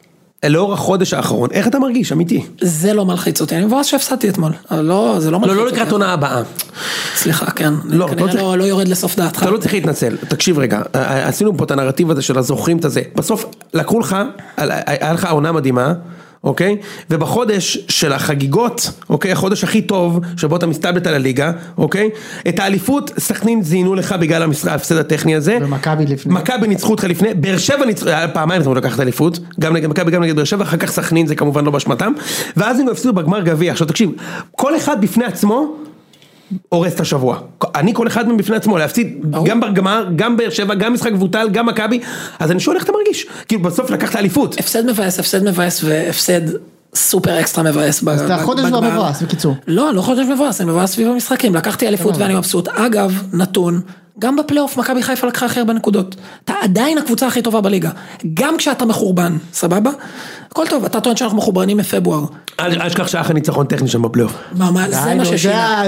לאור החודש האחרון, איך אתה מרגיש, אמיתי? זה לא מלחיץ אותי, אני מבואס שהפסדתי אתמול, לא, זה לא מלחיץ אותי. לא, לא לקראת עונה הבאה. סליחה, כן, כנראה לא יורד לסוף דעתך. אתה לא צריך להתנצל, תקשיב רגע, עשינו פה את הנרטיב הזה של הזוכרים את הזה, בסוף לקחו לך, היה לך עונה מדהימה, אוקיי? ובחודש של החגיגות, אוקיי? החודש הכי טוב שבו אתה מסתלבט על הליגה, אוקיי? את האליפות, סכנין זיינו לך בגלל ההפסד הטכני הזה. ומכבי לפני. מכבי ניצחו אותך לפני, באר שבע ניצחו, פעמיים ניצחו לקחת אליפות, גם נגד מכבי, גם נגד באר שבע, אחר כך סכנין, זה כמובן לא באשמתם, ואז הם הפסידו בגמר גביע. עכשיו תקשיב, כל אחד בפני עצמו הורס את השבוע. אני כל אחד מבפני עצמו, להפסיד גם בגמר, גם באר שבע, גם משחק מבוטל, גם מכבי, אז אני שואל איך אתה מרגיש? כאילו בסוף לקחת אליפות. הפסד מבאס, הפסד מבאס והפסד סופר אקסטרה מבאס. אז אתה חודש כבר מבאס, בקיצור. לא, לא חודש מבאס, אני מבאס סביב המשחקים, לקחתי אליפות ואני מבסוט. אגב, נתון, גם בפלייאוף מכבי חיפה לקחה הכי הרבה נקודות. אתה עדיין הקבוצה הכי טובה בליגה. גם כשאתה מחורבן, סבבה? הכל טוב, אתה טוען שאנחנו מחורבנים מפברואר. אל תשכח שהיה לך ניצחון טכני שם בפלייאוף. מה, זה מה ששינה.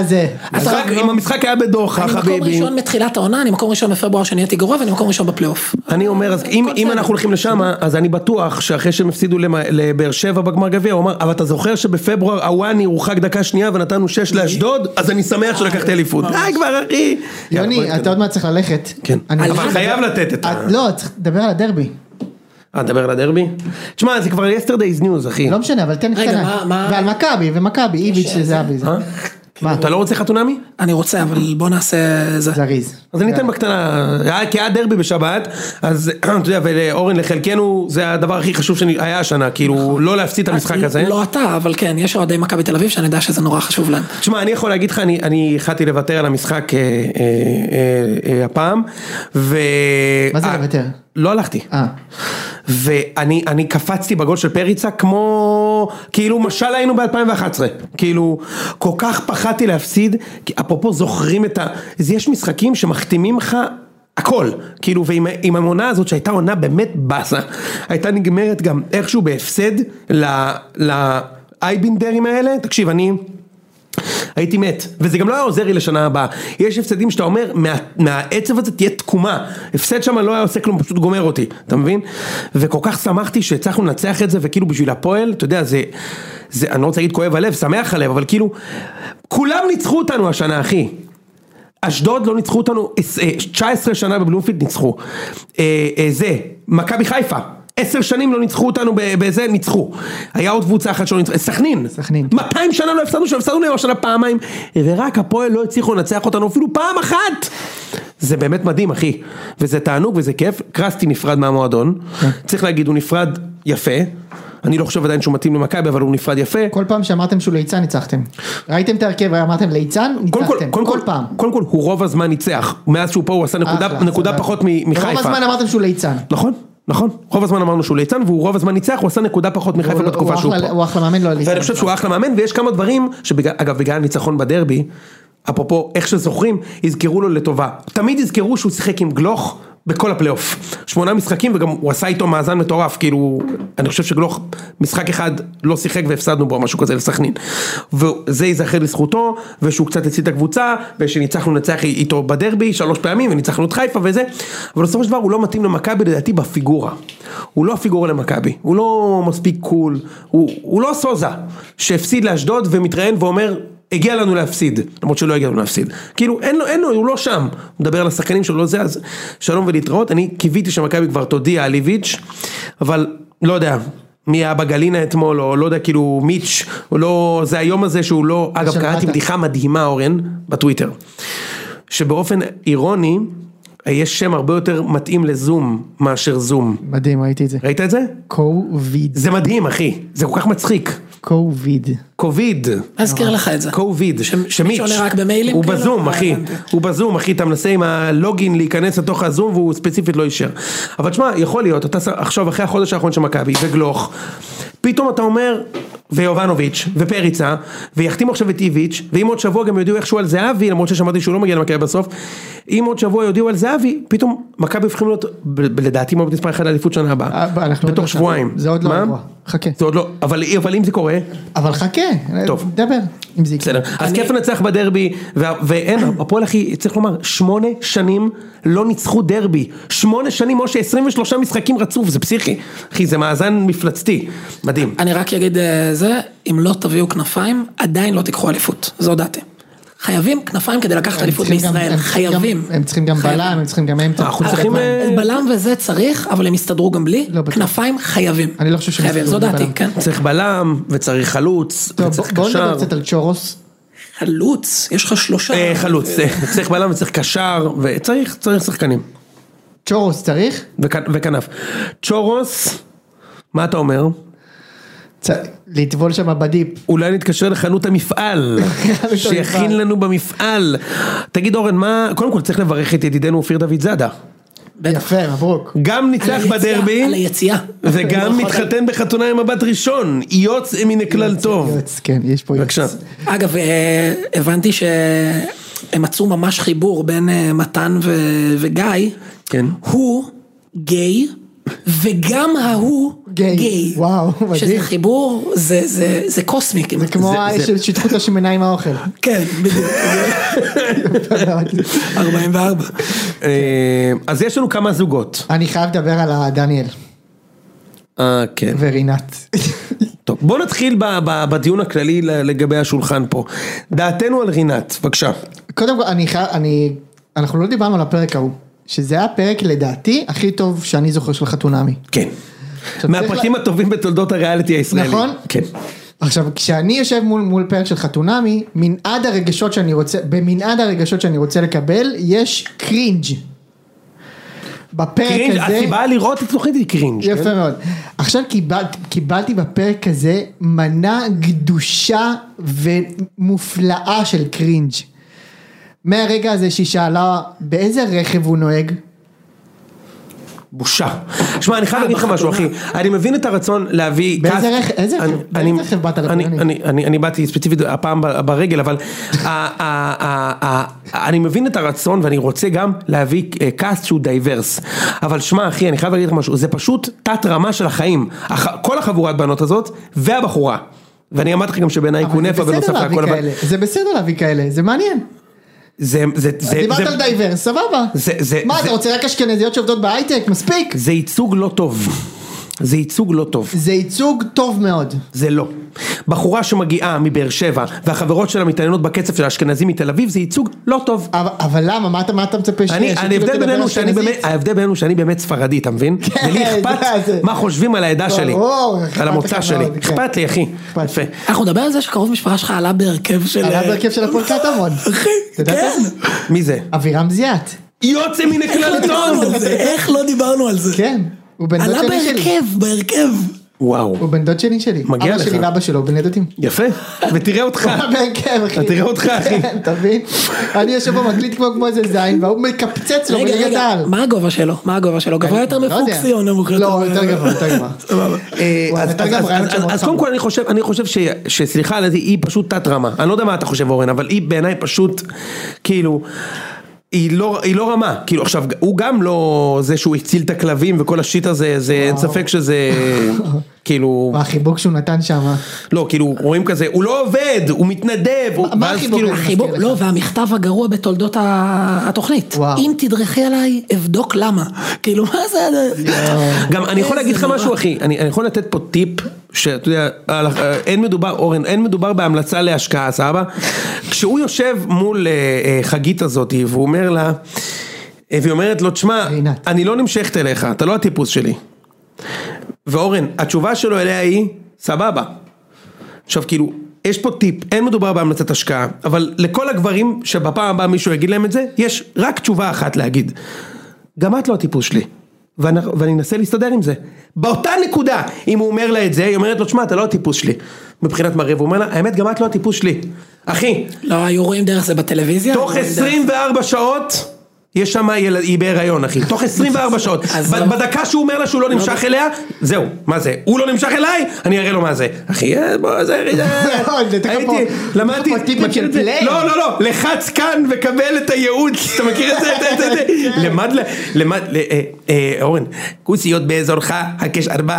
אם המשחק היה בדוחה, חביבי. אני מקום ראשון מתחילת העונה, אני מקום ראשון בפברואר שנהייתי גרוע, ואני מקום ראשון בפלייאוף. אני אומר, אז אם אנחנו הולכים לשם, אז אני בטוח שאחרי שהם הפסידו לבאר שבע בגמר גביע, הוא אמר, אבל אתה זוכר שבפברואר הוואני הורחק דקה שנייה ונתנו שש לאשדוד, אז אני שמח שלקחתי אליפות. די כבר, אחי. יוני, אתה עוד מעט צריך ללכת. כן. אבל חייב לתת את ה... לא, צריך לדבר על הדרבי. אה, נדבר על הדרבי? תשמע, זה כבר yesterday's news, אחי. לא משנה, אבל תן קטנה. ועל מכבי, ומכבי, איביץ' זהבי. אתה לא רוצה חתונמי? אני רוצה, אבל בוא נעשה זה. זריז. אז אני אתן בקטנה, כי היה דרבי בשבת, אז אתה יודע, ולאורן לחלקנו, זה הדבר הכי חשוב שהיה השנה, כאילו, לא להפסיד את המשחק הזה. לא אתה, אבל כן, יש אוהדי מכבי תל אביב, שאני יודע שזה נורא חשוב להם. תשמע, אני יכול להגיד לך, אני החלטתי לוותר על המשחק הפעם, ו... מה זה לוותר? לא הלכתי. אה. ואני אני קפצתי בגול של פריצה כמו, כאילו משל היינו ב-אלפיים ואחת עשרה, כאילו כל כך פחדתי להפסיד, כי אפרופו זוכרים את ה... אז יש משחקים שמחתימים לך הכל, כאילו, ועם עם המונה הזאת שהייתה עונה באמת בסה, הייתה נגמרת גם איכשהו בהפסד לאייבינדרים האלה, תקשיב, אני... הייתי מת, וזה גם לא היה עוזר לי לשנה הבאה. יש הפסדים שאתה אומר, מה, מהעצב הזה תהיה תקומה, הפסד שם לא היה עושה כלום, פשוט גומר אותי, אתה מבין? וכל כך שמחתי שהצלחנו לנצח את זה, וכאילו בשביל הפועל, אתה יודע, זה, זה, אני לא רוצה להגיד כואב הלב, שמח הלב, אבל כאילו, כולם ניצחו אותנו השנה, אחי. אשדוד לא ניצחו אותנו, תשע עשרה שנה בבלומפילד ניצחו. זה, מכבי חיפה. עשר שנים לא ניצחו אותנו בזה, ניצחו. היה עוד קבוצה אחת שלא ניצחו, סכנין. סכנין. מאתיים שנה לא הפסדנו, שהפסדנו להם השנה פעמיים, ורק הפועל לא הצליחו לנצח אותנו אפילו פעם אחת. זה באמת מדהים, אחי. וזה תענוג וזה כיף. קרסטי נפרד מהמועדון. צריך להגיד, הוא נפרד יפה. אני לא חושב עדיין שהוא מתאים למכבי, אבל הוא נפרד יפה. כל פעם שאמרתם שהוא ליצן, ניצחתם. ראיתם את הרכב ואמרתם ליצן, ניצחתם. כל פעם. קודם כל, הוא רוב הזמן ניצח. מאז שהוא פה, הוא עשה נקודה פחות מחיפה. רוב הזמן אמרתם שהוא ליצן. נכון. נכון, רוב הזמן אמרנו שהוא ליצן, והוא רוב הזמן ניצח, הוא עשה נקודה פחות מחיפה בתקופה שהוא פה. הוא אחלה מאמן, לא ליצן. ואני חושב שהוא אחלה מאמן, ויש כמה דברים, שאגב, בגלל ניצחון בדרבי, אפרופו איך שזוכרים, יזכרו לו לטובה. תמיד יזכרו שהוא שיחק עם גלוך בכל הפלייאוף. שמונה משחקים, וגם הוא עשה איתו מאזן מטורף, כאילו, אני חושב שגלוך משחק אחד לא שיחק והפסדנו בו משהו כזה לסכנין. וזה יזכר לזכותו, ושהוא קצת הציל את הקבוצה, ושניצחנו נצח איתו בדרבי שלוש פעמים, וניצחנו את חיפה וזה. אבל בסופו של דבר הוא לא מתאים למכבי, לדעתי בפיגורה. הוא לא הפיגורה למכבי, הוא לא מספיק קול, הוא, הוא לא סוזה, שהפסיד לאשדוד ומתראיין ואומר, הגיע לנו להפסיד, למרות שלא הגיע לנו להפסיד. כאילו, אין לו, אין לו, הוא לא שם. הוא מדבר על השחקנים שלו, לא זה, אז שלום ולהתראות. אני קיוויתי שמכבי כבר תודיע על איביץ', אבל לא יודע, מי היה בגלינה אתמול, או לא יודע, כאילו, מיץ', או לא, זה היום הזה שהוא לא, אגב, קראתי בדיחה מדהימה, אורן, בטוויטר, שבאופן אירוני, יש שם הרבה יותר מתאים לזום, מאשר זום. מדהים, ראיתי את זה. ראית את זה? קוביד. זה מדהים, אחי. זה כל כך מצחיק. קוביד. קוביד. אזכיר לך את זה. קוביד. שמי שעולה רק במיילים? הוא בזום, אחי. הוא בזום, אחי. אתה מנסה עם הלוגין להיכנס לתוך הזום, והוא ספציפית לא יישר. אבל תשמע, יכול להיות, אתה עכשיו אחרי החודש האחרון של מכבי, וגלוך, פתאום אתה אומר, ויובנוביץ' ופריצה, ויחתימו עכשיו את איביץ', ואם עוד שבוע גם יודיעו איכשהו על זהבי, למרות ששמעתי שהוא לא מגיע למכבי בסוף, אם עוד שבוע יודיעו על זהבי, פתאום מכבי הופכים להיות, לדעתי מאוד מספר אחד לאליפות שנה הבאה, בתוך שבועיים. זה עוד לא אירוע, חכה. זה עוד לא, אבל אם זה קורה... אבל חכה, טוב. דבר, אם זה יקרה. בסדר, אז כיף לנצח בדרבי, ואין, הפועל אחי, צריך לומר, שמונה שנים לא ניצחו דרבי, שמונה שנים או ש-עשרים ושלושה משחקים רצוף, זה פסיכי, אחי, זה מאזן מפלצתי, מדהים. אני רק אגיד זה, אם לא תביאו כנפיים, עדיין לא תיקחו אליפות, זו הודעתי. חייבים כנפיים כדי לקחת אליפות בישראל, חייבים. הם צריכים גם בלם, הם צריכים גם אמצע. בלם וזה צריך, אבל הם יסתדרו גם בלי, כנפיים חייבים. אני לא חושב שהם חייבים, זו דעתי, כן. צריך בלם, וצריך חלוץ, וצריך קשר. בואו נדבר קצת על צ'ורוס. חלוץ, יש לך שלושה. חלוץ, צריך בלם וצריך קשר, וצריך, צריך שחקנים. צ'ורוס צריך? וכנף. צ'ורוס, מה אתה אומר? לטבול שם בדיפ. אולי נתקשר לחנות המפעל, שיכין לנו במפעל. תגיד אורן, מה, קודם כל צריך לברך את ידידנו אופיר דוד זאדה. יפה, מברוק. גם ניצח בדרבי, על היציאה. וגם מתחתן בחתונה עם מבט ראשון, יוץ מן הכלל טוב. יוץ, כן, יש פה יוץ. אגב, הבנתי שהם מצאו ממש חיבור בין מתן וגיא. כן. הוא גיי, וגם ההוא גיי. וואו, מדהים. שזה חיבור, זה, זה, זה קוסמי. זה כמו שתחו את השמנה עם האוכל. כן, בדיוק. ארבעים וארבע. אז יש לנו כמה זוגות. אני חייב לדבר על הדניאל. אה, כן. ורינת. טוב, בוא נתחיל בדיון הכללי לגבי השולחן פה. דעתנו על רינת, בבקשה. קודם כל, אני חייב, אני, אנחנו לא דיברנו על הפרק ההוא. שזה היה פרק לדעתי הכי טוב שאני זוכר של חתונמי. כן. מהפרקים הטובים בתולדות הריאליטי הישראלי. נכון? כן. עכשיו, כשאני יושב מול, מול פרק של חתונמי, מנעד הרגשות שאני רוצה, במנעד הרגשות שאני רוצה לקבל, יש קרינג'. בפרק קרינג', הזה... הסיבה לראות את תוכנית היא קרינג'. יפה כן? מאוד. עכשיו קיבל, קיבלתי בפרק הזה מנה גדושה ומופלאה של קרינג'. מהרגע הזה שהיא שאלה באיזה רכב הוא נוהג? בושה. שמע, אני חייב להגיד לך משהו, אחי. אני מבין את הרצון להביא... באיזה רכב? איזה רכב באת לפעמים? אני באתי ספציפית הפעם ברגל, אבל אני מבין את הרצון ואני רוצה גם להביא קאסט שהוא דייברס. אבל שמע, אחי, אני חייב להגיד לך משהו. זה פשוט תת רמה של החיים. כל החבורת בנות הזאת והבחורה. ואני אמרתי לך גם שבעיניי קונפה בנוסף לכל אבל... זה בסדר להביא כאלה, זה מעניין. זה, זה, זה, דיברת על דייברס, סבבה. זה, זה, מה, זה, אתה רוצה רק אשכנזיות שעובדות בהייטק? מספיק. זה ייצוג לא טוב. זה ייצוג לא טוב. זה ייצוג טוב מאוד. זה לא. בחורה שמגיעה מבאר שבע, והחברות שלה מתעניינות בקצב של האשכנזים מתל אביב, זה ייצוג לא טוב. אבל, אבל למה? מה אתה, מה אתה מצפה שיש? ההבדל בינינו שאני באמת, ההבדל בינינו שאני באמת ספרדי, אתה מבין? ולי אכפת מה חושבים על העדה שלי. על המוצא שלי. אכפת לי, אחי. יפה. אנחנו נדבר על זה שקרוב משפחה שלך עלה בהרכב של... עלה בהרכב של הפועל קטמון. אחי, כן. מי זה? אבירם זיאת. יוצא מן הכלל טוב. איך לא דיברנו על זה? כן. עלה בהרכב, בהרכב. וואו. הוא בן דוד שני שלי. מגיע לך. אבא שלי ואבא שלו, בני דודים. יפה. ותראה אותך. תראה אותך, אחי. תבין? אני יושב במקליט כמו איזה זין, והוא מקפצץ לו בליגת העל. מה הגובה שלו? מה הגובה שלו? גבוה יותר מפוקסי או נמוך יותר? לא, יותר גבוה, יותר גבוה. אז קודם כל אני חושב שסליחה על זה, היא פשוט תת רמה. אני לא יודע מה אתה חושב אורן, אבל היא בעיניי פשוט, כאילו... היא לא, היא לא רמה, כאילו עכשיו, הוא גם לא זה שהוא הציל את הכלבים וכל השיט הזה, זה אין ספק שזה, כאילו... מה החיבוק שהוא נתן שם? לא, כאילו, רואים כזה, הוא לא עובד, הוא מתנדב, מה החיבוק? החיבוק, לא, והמכתב הגרוע בתולדות התוכנית, אם תדרכי עליי, אבדוק למה, כאילו, מה זה? גם אני יכול להגיד לך משהו, אחי, אני יכול לתת פה טיפ, שאתה יודע, אין מדובר, אורן, אין מדובר בהמלצה להשקעה, סבבה? כשהוא יושב מול חגית הזאת, והוא אומר לה, והיא אומרת לו, תשמע, אני לא נמשכת אליך, אתה לא הטיפוס שלי. ואורן, התשובה שלו אליה היא, סבבה. עכשיו, כאילו, יש פה טיפ, אין מדובר בהמלצת השקעה, אבל לכל הגברים שבפעם הבאה מישהו יגיד להם את זה, יש רק תשובה אחת להגיד. גם את לא הטיפוס שלי. ואני, ואני אנסה להסתדר עם זה. באותה נקודה, אם הוא אומר לה את זה, היא אומרת לו, תשמע, אתה לא הטיפוס שלי. מבחינת מראה, והוא אומר לה, האמת, גם את לא הטיפוס שלי. אחי. לא, היו רואים דרך זה בטלוויזיה. תוך עשרים וארבע שעות, יש שם, היא בהיריון, אחי. תוך עשרים וארבע שעות. בדקה שהוא אומר לה שהוא לא נמשך אליה, זהו, מה זה? הוא לא נמשך אליי, אני אראה לו מה זה. אחי, בוא, זה... הייתי, למדתי, מכיר את זה? לא, לא, לא, לחץ כאן וקבל את הייעוץ, אתה מכיר את זה? למד, למד, אורן, כוסיות באזורך, הקש ארבע.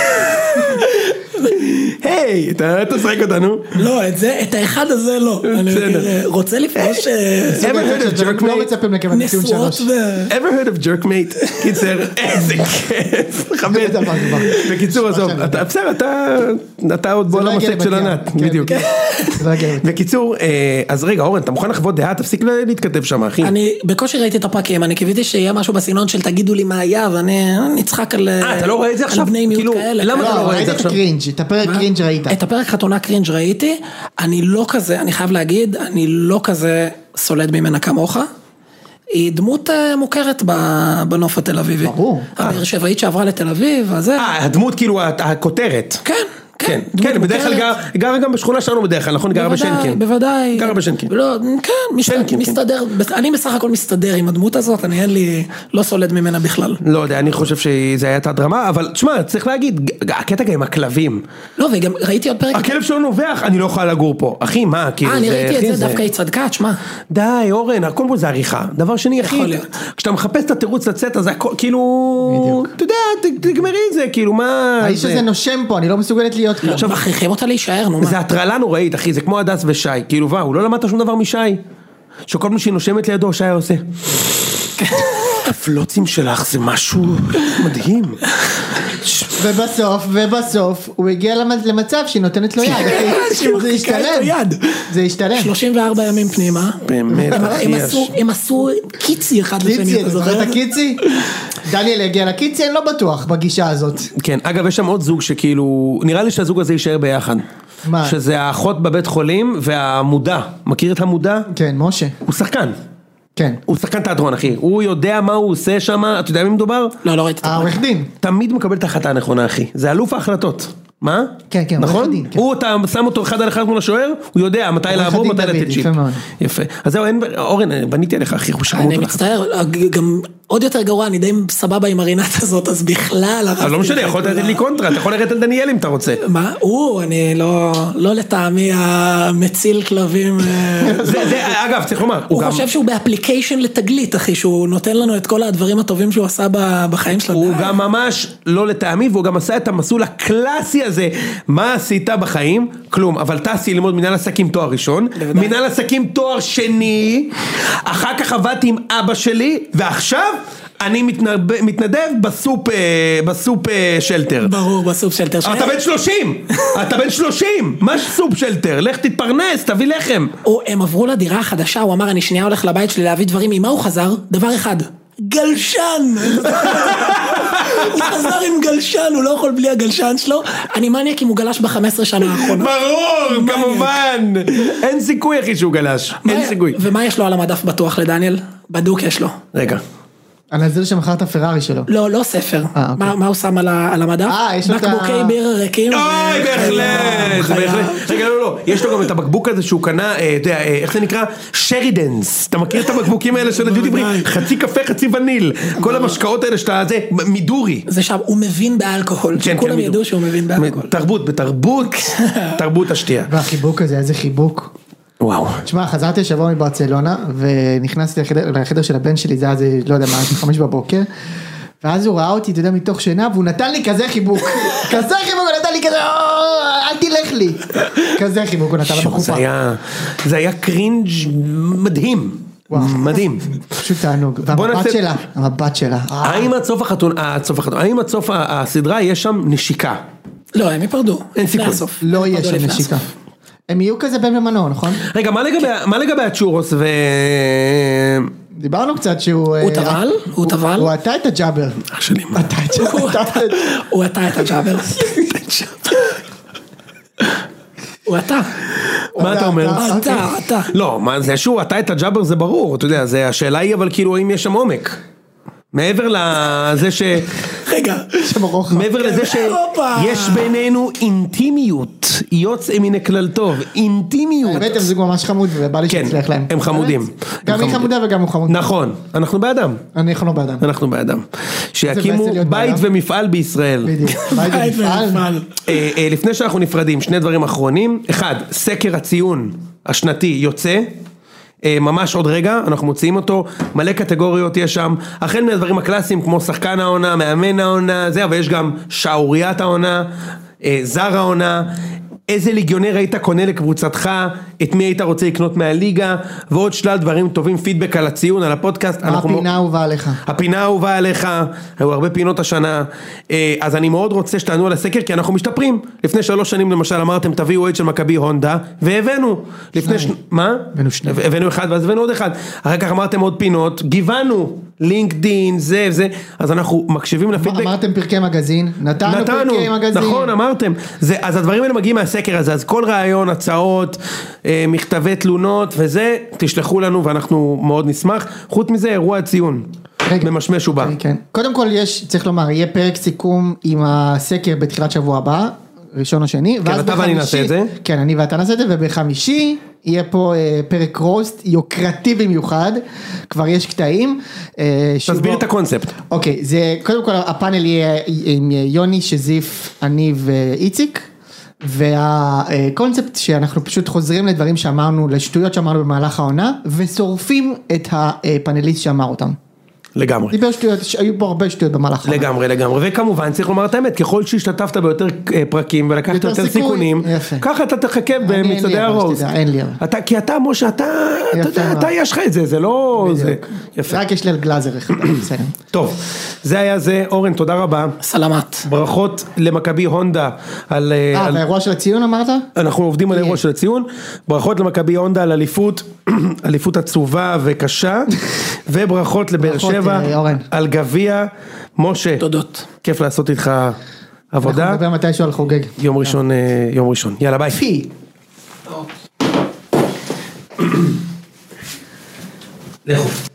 היי, אתה תשחק אותנו? לא, את זה, את האחד הזה לא. אני רוצה לפרוש... ever heard of jerk לא מצפים לקבל ציון שלוש. ever heard of jerk mate? קיצר, איזה כיף. חמד. בקיצור, עזוב, בסדר, אתה עוד בוא למסק של ענת. בדיוק. בקיצור, אז רגע, אורן, אתה מוכן לחוות דעה? תפסיק להתכתב שם, אחי. אני בקושי ראיתי את הפרקים, אני קיוויתי שיהיה משהו בסגנון של תגידו לי מה היה, ואני נצחק על בני מיעוט כאלה. למה אתה לא רואה את זה עכשיו? את הפרק קרינג' ראית. את הפרק חתונה קרינג' ראיתי, אני לא כזה, אני חייב להגיד, אני לא כזה סולד ממנה כמוך, היא דמות מוכרת בנוף התל אביבי. ברור. הבאר שבעית שעברה לתל אביב, אז זה... אה, הדמות כאילו הכותרת. כן. כן, כן, בדרך כלל גרה גם בשכונה שלנו בדרך כלל, נכון? גרה בשנקין. בוודאי. גרה בשנקין. כן, מסתדר, אני בסך הכל מסתדר עם הדמות הזאת, אני אין לי, לא סולד ממנה בכלל. לא יודע, אני חושב שזה הייתה דרמה, אבל תשמע, צריך להגיד, הקטע גם עם הכלבים. לא, וגם ראיתי עוד פרק. הכלב שלו נובח, אני לא יכול לגור פה. אחי, מה? אה, אני ראיתי את זה, דווקא היא צדקה, תשמע. די, אורן, הכל פה זה עריכה. דבר שני, אחי, כשאתה מחפש את התירוץ לצאת, אז הכל, כאילו, אתה יודע, תגמרי את זה, כאילו, מה... האיש הזה נושם פה, אני לא מסוגלת להיות כאן. עכשיו, מכריחים אותה להישאר, נו מה. זה הטרלה נוראית, אחי, זה כמו הדס ושי, כאילו, וואו, הוא לא למדת שום דבר משי. שכל מי שנושמת לידו, שי עושה. הפלוצים שלך זה משהו מדהים. ובסוף, ובסוף, הוא הגיע למצב שהיא נותנת לו יד. זה השתלם. זה השתלם. שלושים וארבע ימים פנימה. באמת, הם עשו קיצי אחד לשני. קיצי, אתה זוכר את הקיצי? דניאל הגיע לקיצי, אני לא בטוח בגישה הזאת. כן, אגב, יש שם עוד זוג שכאילו, נראה לי שהזוג הזה יישאר ביחד. מה? שזה האחות בבית חולים והמודע. מכיר את המודע? כן, משה. הוא שחקן. כן. הוא שחקן תיאטרון, אחי. הוא יודע מה הוא עושה שם, אתה יודע מי מדובר? לא, לא ראיתי את העורך דין. תמיד מקבל את ההחלטה הנכונה, אחי. זה אלוף ההחלטות. מה? כן, כן, נכון? דין, כן. הוא, אתה שם אותו אחד על אחד מול השוער, הוא יודע מתי לעבור, מתי לתת שיפ. יפה. אז זהו, אין, אורן, בניתי עליך, אחי, הוא שרמות לך. אני מצטער, גם עוד יותר גרוע, אני די סבבה עם הרינת הזאת, אז בכלל... אז לא משנה, יכול לתת לי קונטרה, אתה יכול לרדת על דניאל אם אתה רוצה. מה? הוא, אני לא, לא לטעמי המציל כלבים. אגב, צריך לומר, הוא חושב שהוא באפליקיישן לתגלית, אחי, שהוא נותן לנו את כל הדברים הטובים שהוא עשה בחיים שלנו. הוא גם ממש לא לטעמי, והוא גם עשה את המסלול הקלאסי הזה. מה עשית בחיים? כלום, אבל טסי ללמוד מנהל עסקים תואר ראשון, מנהל עסקים תואר שני, אחר כך עבדתי עם אבא שלי, ועכשיו אני מתנדב בסופ, בסופ שלטר. ברור, בסופ שלטר. אתה בן שלושים, אתה בן שלושים, מה סופ שלטר? לך תתפרנס, תביא לחם. הם עברו לדירה החדשה, הוא אמר, אני שנייה הולך לבית שלי להביא דברים, עם מה הוא חזר? דבר אחד, גלשן. הוא חזר עם גלשן, הוא לא יכול בלי הגלשן שלו. אני מניאק אם הוא גלש ב-חמש עשרה שנה האחרונה. ברור, כמובן. אין סיכוי אחי שהוא גלש, אין סיכוי. ומה יש לו על המדף בטוח לדניאל? בדוק יש לו. רגע. על זה שמחר את הפרארי שלו. לא, לא ספר. מה הוא שם על המדף? אה, יש לו את ה... בקבוקי ביר ריקים. אוי, בהחלט, בהחלט. רגע, לא, לא, יש לו גם את הבקבוק הזה שהוא קנה, אתה יודע, איך זה נקרא? שרידנס. אתה מכיר את הבקבוקים האלה של הדיוטי פרי? חצי קפה, חצי וניל. כל המשקאות האלה שאתה, זה, מידורי. זה שם, הוא מבין באלכוהול. כולם ידעו שהוא מבין באלכוהול. תרבות, בתרבות, תרבות השתייה. והחיבוק הזה, איזה חיבוק. וואו. תשמע, חזרתי שבוע מברצלונה, ונכנסתי לחדר, לחדר של הבן שלי, זה היה, לא יודע מה, חמש בבוקר, ואז הוא ראה אותי, אתה יודע, מתוך שינה, והוא נתן לי כזה חיבוק, כזה חיבוק, הוא נתן לי כזה, אל תלך לי, כזה חיבוק, הוא נתן לי בחופה. זה היה, זה היה קרינג' מדהים, מדהים. פשוט תענוג, והמבט שלה, המבט שלה. האם עד סוף החתונה, האם עד סוף הסדרה יש שם נשיקה? לא, הם יפרדו. אין סיכוי. לא יש שם נשיקה. הם יהיו כזה בן ומנוע, נכון? רגע, מה לגבי הצ'ורוס ו... דיברנו קצת שהוא... הוא טבל? הוא טבל? הוא עטה את הג'אבר. אח שלי, מה? הוא עטה את הג'אבר. הוא עטה. מה אתה אומר? עטה, עטה. לא, זה שהוא עטה את הג'אבר זה ברור, אתה יודע, השאלה היא אבל כאילו, האם יש שם עומק? מעבר לזה ש... רגע. מעבר לזה שיש בינינו אינטימיות, יוצא מן הכלל טוב, אינטימיות. באמת הם זוג ממש חמוד ובא לי שצליח להם. הם חמודים. גם היא חמודה וגם הוא חמוד. נכון, אנחנו באדם. אנחנו באדם. אנחנו באדם. שיקימו בית ומפעל בישראל. בדיוק, בית ומפעל. לפני שאנחנו נפרדים, שני דברים אחרונים. אחד, סקר הציון השנתי יוצא. ממש עוד רגע, אנחנו מוציאים אותו, מלא קטגוריות יש שם, החל מהדברים הקלאסיים כמו שחקן העונה, מאמן העונה, זה, אבל יש גם שעוריית העונה, זר העונה, איזה ליגיונר היית קונה לקבוצתך, את מי היית רוצה לקנות מהליגה, ועוד שלל דברים טובים, פידבק על הציון, על הפודקאסט. מה הפינה האהובה עליך? הפינה האהובה עליך, היו הרבה פינות השנה, אז אני מאוד רוצה שתענו על הסקר, כי אנחנו משתפרים. לפני שלוש שנים למשל אמרתם, תביאו אוהד של מכבי הונדה, והבאנו. לפני ש... מה? הבאנו שני. הבאנו אחד, ואז הבאנו עוד אחד. אחר כך אמרתם עוד פינות, גיוונו, לינקדין, זה וזה, אז אנחנו מקשיבים לפידבק. אמרתם פרקי מגזין, נתנו, נתנו פרקי מגזין. נכון, אמרתם. זה, אז הדברים האלה מגיעים מהסקר הזה, אז כל רעיון, הצעות, מכתבי תלונות וזה, תשלחו לנו ואנחנו מאוד נשמח. חוץ מזה, אירוע הציון. ממשמש ובא. כן. קודם כל יש, צריך לומר, יהיה פרק סיכום עם הסקר בתחילת שבוע הבא, ראשון או שני. כן, אתה ואני נעשה את זה. כן, אני ואתה נעשה את זה, ובחמישי יהיה פה פרק רוסט יוקרתי במיוחד, כבר יש קטעים. תסביר את הקונספט. אוקיי, זה, קודם כל הפאנל יהיה עם יוני, שזיף, אני ואיציק. והקונספט שאנחנו פשוט חוזרים לדברים שאמרנו, לשטויות שאמרנו במהלך העונה, ושורפים את הפאנליסט שאמר אותם. לגמרי. דיבר שטויות, היו פה הרבה שטויות במהלך העונה. לגמרי, לגמרי, וכמובן צריך לומר את האמת, ככל שהשתתפת ביותר פרקים ולקחת יותר סיכונים, ככה אתה תחכה במצעדי הרוז. אין לי אבל. כי אתה, משה, אתה, אתה יש לך את זה, זה לא... רק יש לי על גלאזר אחד, בסדר. טוב, זה היה זה, אורן, תודה רבה. סלמת. ברכות למכבי הונדה על... אה, באירוע של הציון אמרת? אנחנו עובדים על אירוע של הציון, ברכות למכבי הונדה על אליפות, אליפות עצובה וקשה, וברכות לבאר שבע על גביע. משה, תודות. כיף לעשות איתך עבודה. אנחנו נדבר מתישהו על חוגג. יום ראשון, יום ראשון. יאללה, ביי. פי. לכו.